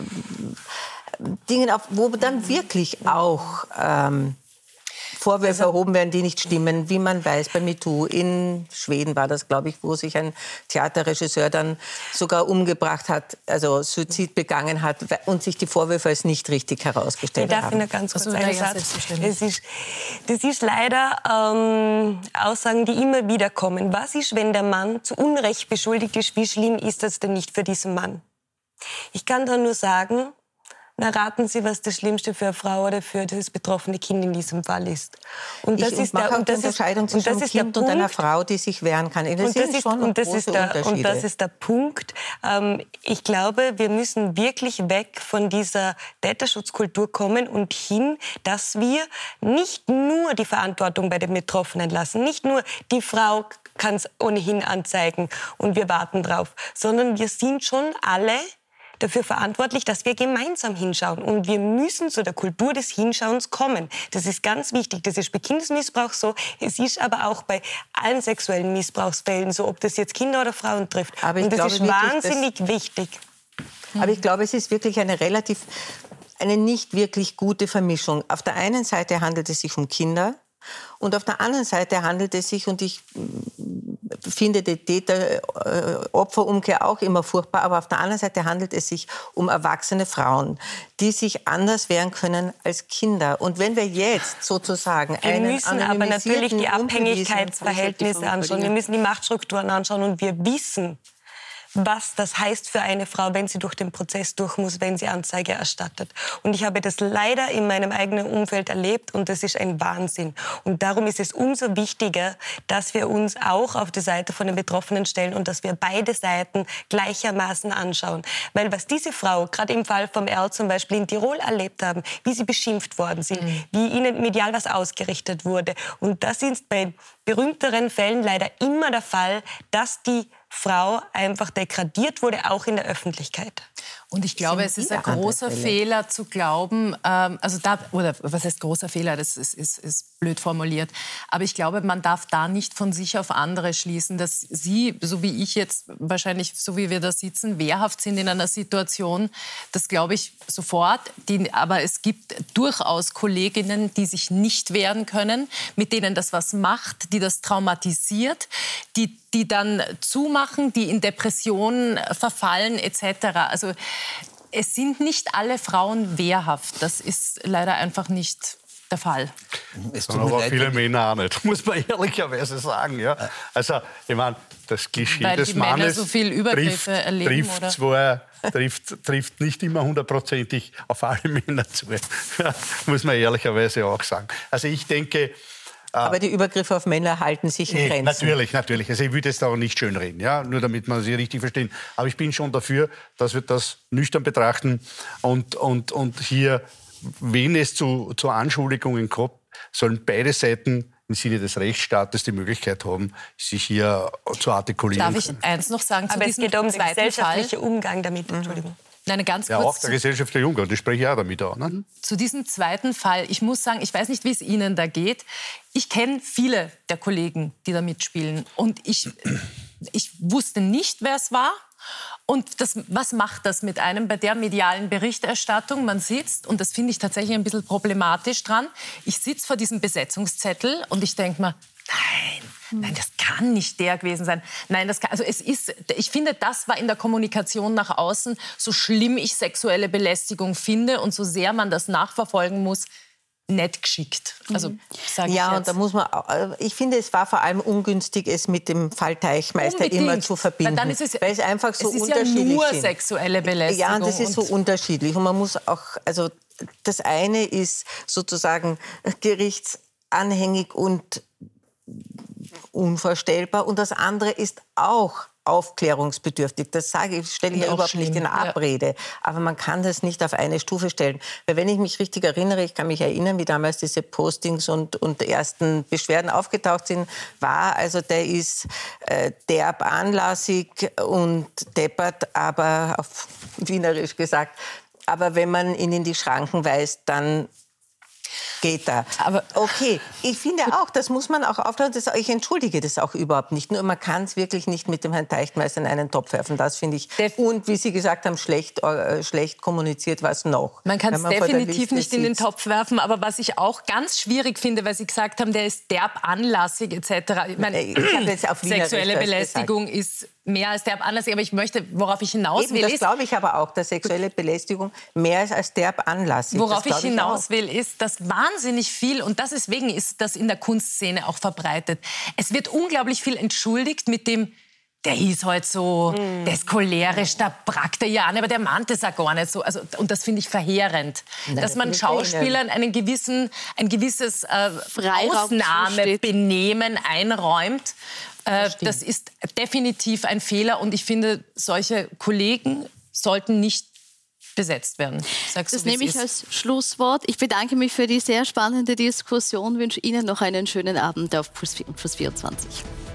[SPEAKER 3] Dingen auf, wo dann wirklich auch ähm, Vorwürfe erhoben werden, die nicht stimmen, wie man weiß, bei MeToo. In Schweden war das, glaube ich, wo sich ein Theaterregisseur dann sogar umgebracht hat, also Suizid begangen hat und sich die Vorwürfe als nicht richtig herausgestellt haben.
[SPEAKER 5] Ich darf Ihnen ganz kurz einen Satz. Das ist, das ist leider ähm, Aussagen, die immer wieder kommen. Was ist, wenn der Mann zu Unrecht beschuldigt ist? Wie schlimm ist das denn nicht für diesen Mann? Ich kann da nur sagen, na, raten Sie, was das Schlimmste für eine Frau oder für das betroffene Kind in diesem Fall ist. Und das
[SPEAKER 3] ich
[SPEAKER 5] ist
[SPEAKER 3] mache
[SPEAKER 5] der,
[SPEAKER 3] auch die Unterscheidung
[SPEAKER 5] ist,
[SPEAKER 3] zwischen einem Kind und einer Frau, die sich wehren kann. Das,
[SPEAKER 5] und das, ist,
[SPEAKER 3] schon
[SPEAKER 5] und das, ist, der, und das ist der Punkt. Ähm, ich glaube, wir müssen wirklich weg von dieser Täterschutzkultur kommen und hin, dass wir nicht nur die Verantwortung bei den Betroffenen lassen, nicht nur die Frau kann es ohnehin anzeigen und wir warten drauf, sondern wir sind schon alle dafür verantwortlich, dass wir gemeinsam hinschauen. Und wir müssen zu der Kultur des Hinschauens kommen. Das ist ganz wichtig. Das ist bei Kindesmissbrauch so. Es ist aber auch bei allen sexuellen Missbrauchsfällen so, ob das jetzt Kinder oder Frauen trifft.
[SPEAKER 3] Aber
[SPEAKER 5] und das
[SPEAKER 3] glaube,
[SPEAKER 5] ist
[SPEAKER 3] wirklich,
[SPEAKER 5] wahnsinnig
[SPEAKER 3] das,
[SPEAKER 5] wichtig.
[SPEAKER 3] Aber ich glaube, es ist wirklich eine relativ, eine nicht wirklich gute Vermischung. Auf der einen Seite handelt es sich um Kinder und auf der anderen Seite handelt es sich, und ich finde die Täter-Opfer-Umkehr auch immer furchtbar, aber auf der anderen Seite handelt es sich um erwachsene Frauen, die sich anders wehren können als Kinder. Und wenn wir jetzt sozusagen
[SPEAKER 5] wir
[SPEAKER 3] einen
[SPEAKER 5] müssen aber natürlich die Abhängigkeitsverhältnisse anschauen, wir müssen die Machtstrukturen anschauen und wir wissen, was das heißt für eine Frau, wenn sie durch den Prozess durch muss, wenn sie Anzeige erstattet. Und ich habe das leider in meinem eigenen Umfeld erlebt und das ist ein Wahnsinn. Und darum ist es umso wichtiger, dass wir uns auch auf die Seite von den Betroffenen stellen und dass wir beide Seiten gleichermaßen anschauen. Weil was diese Frau, gerade im Fall vom Erl zum Beispiel in Tirol erlebt haben, wie sie beschimpft worden sind, mhm. wie ihnen medial was ausgerichtet wurde. Und das ist bei berühmteren Fällen leider immer der Fall, dass die Frau einfach degradiert wurde, auch in der Öffentlichkeit.
[SPEAKER 4] Und ich glaube, es ist ein großer Fehler zu glauben, ähm, also da, oder was heißt großer Fehler, das ist, ist, ist blöd formuliert, aber ich glaube, man darf da nicht von sich auf andere schließen, dass sie, so wie ich jetzt wahrscheinlich, so wie wir da sitzen, wehrhaft sind in einer Situation, das glaube ich sofort, die, aber es gibt durchaus Kolleginnen, die sich nicht wehren können, mit denen das was macht, die das traumatisiert, die die dann zumachen, die in Depressionen verfallen et cetera. Also es sind nicht alle Frauen wehrhaft. Das ist leider einfach nicht der Fall.
[SPEAKER 2] Es tut aber leid, viele Männer auch nicht, muss man ehrlicherweise sagen. Ja. Also ich meine, das Klischee
[SPEAKER 4] Weil
[SPEAKER 2] des
[SPEAKER 4] die Männer
[SPEAKER 2] Mannes
[SPEAKER 4] so viel Übergriffe
[SPEAKER 2] trifft,
[SPEAKER 4] erleben,
[SPEAKER 2] trifft,
[SPEAKER 4] oder?
[SPEAKER 2] Zwar, trifft, trifft nicht immer hundertprozentig auf alle Männer zu, muss man ehrlicherweise auch sagen. Also ich denke,
[SPEAKER 3] aber die Übergriffe auf Männer halten sich in Grenzen.
[SPEAKER 2] Natürlich, natürlich. Also ich will das da auch nicht schönreden, ja? Nur damit man sie richtig verstehen. Aber ich bin schon dafür, dass wir das nüchtern betrachten und, und, und hier, wenn es zu, zu Anschuldigungen kommt, sollen beide Seiten im Sinne des Rechtsstaates die Möglichkeit haben, sich hier zu artikulieren.
[SPEAKER 4] Darf ich eins noch sagen?
[SPEAKER 5] Aber
[SPEAKER 4] zu
[SPEAKER 5] es geht um den gesellschaftlichen
[SPEAKER 4] Fall?
[SPEAKER 5] Umgang damit. Entschuldigung.
[SPEAKER 4] Nein, ganz
[SPEAKER 2] ja,
[SPEAKER 4] kurz.
[SPEAKER 2] auch der gesellschaftliche Umgang, das spreche ich auch damit an. Ne?
[SPEAKER 4] Zu diesem zweiten Fall, ich muss sagen, ich weiß nicht, wie es Ihnen da geht. Ich kenne viele der Kollegen, die da mitspielen. Und ich, ich wusste nicht, wer es war. Und das, was macht das mit einem bei der medialen Berichterstattung? Man sitzt, und das finde ich tatsächlich ein bisschen problematisch dran, ich sitze vor diesem Besetzungszettel und ich denke mir, nein, nein, das kann nicht der gewesen sein. Nein, das kann, also es ist, ich finde, das war in der Kommunikation nach außen, so schlimm ich sexuelle Belästigung finde und so sehr man das nachverfolgen muss, nicht geschickt. Also, sag ich
[SPEAKER 3] ja,
[SPEAKER 4] jetzt.
[SPEAKER 3] und da muss man, ich finde, es war vor allem ungünstig, es mit dem Fall Teichmeister
[SPEAKER 4] Unbedingt.
[SPEAKER 3] immer zu verbinden.
[SPEAKER 4] Weil dann ist es,
[SPEAKER 3] weil es einfach so
[SPEAKER 4] es ist
[SPEAKER 3] unterschiedlich
[SPEAKER 4] ja nur
[SPEAKER 3] sind.
[SPEAKER 4] sexuelle Belästigung.
[SPEAKER 3] Ja, und das ist so unterschiedlich. Und man muss auch, also das eine ist sozusagen gerichtsanhängig und unvorstellbar und das andere ist auch aufklärungsbedürftig. Das sage ich, stelle ich ja überhaupt schlimm. Nicht in Abrede. Ja. Aber man kann das nicht auf eine Stufe stellen. Weil wenn ich mich richtig erinnere, ich kann mich erinnern, wie damals diese Postings und, und ersten Beschwerden aufgetaucht sind, war, also der ist äh, derb anlassig und deppert, aber auf Wienerisch gesagt. Aber wenn man ihn in die Schranken weist, dann geht da. Aber okay, ich finde auch, das muss man auch aufklären, das, ich entschuldige das auch überhaupt nicht. Nur man kann es wirklich nicht mit dem Herrn Teichtmeister in einen Topf werfen. Das finde ich. Def und wie Sie gesagt haben, schlecht, äh, schlecht kommuniziert was noch.
[SPEAKER 4] Man kann es definitiv nicht in den Topf werfen, aber was ich auch ganz schwierig finde, weil Sie gesagt haben, der ist derb anlassig et cetera. Ich meine, ich jetzt auf sexuelle Belästigung ist mehr als derb anlassig, aber ich möchte, worauf ich hinaus
[SPEAKER 3] Eben,
[SPEAKER 4] will,
[SPEAKER 3] das
[SPEAKER 4] ist...
[SPEAKER 3] glaube ich aber auch, dass sexuelle Belästigung mehr ist als derb anlassig.
[SPEAKER 4] Worauf ich
[SPEAKER 3] ich
[SPEAKER 4] hinaus
[SPEAKER 3] auch.
[SPEAKER 4] will, ist, dass wahnsinnig viel, und das deswegen ist das in der Kunstszene auch verbreitet, es wird unglaublich viel entschuldigt mit dem, der hieß halt so, mm. der ist cholerisch, da brackt er ja an, aber der meint es auch gar nicht so. Also, und das finde ich verheerend, Nein, dass das man Schauspielern einen gewissen, ein gewisses äh, Ausnahmebenehmen einräumt. Äh, das ist definitiv ein Fehler und ich finde, solche Kollegen sollten nicht besetzt werden. Sagst
[SPEAKER 1] das
[SPEAKER 4] du,
[SPEAKER 1] nehme ich ist? als Schlusswort. Ich bedanke mich für die sehr spannende Diskussion, wünsche Ihnen noch einen schönen Abend auf Puls vierundzwanzig.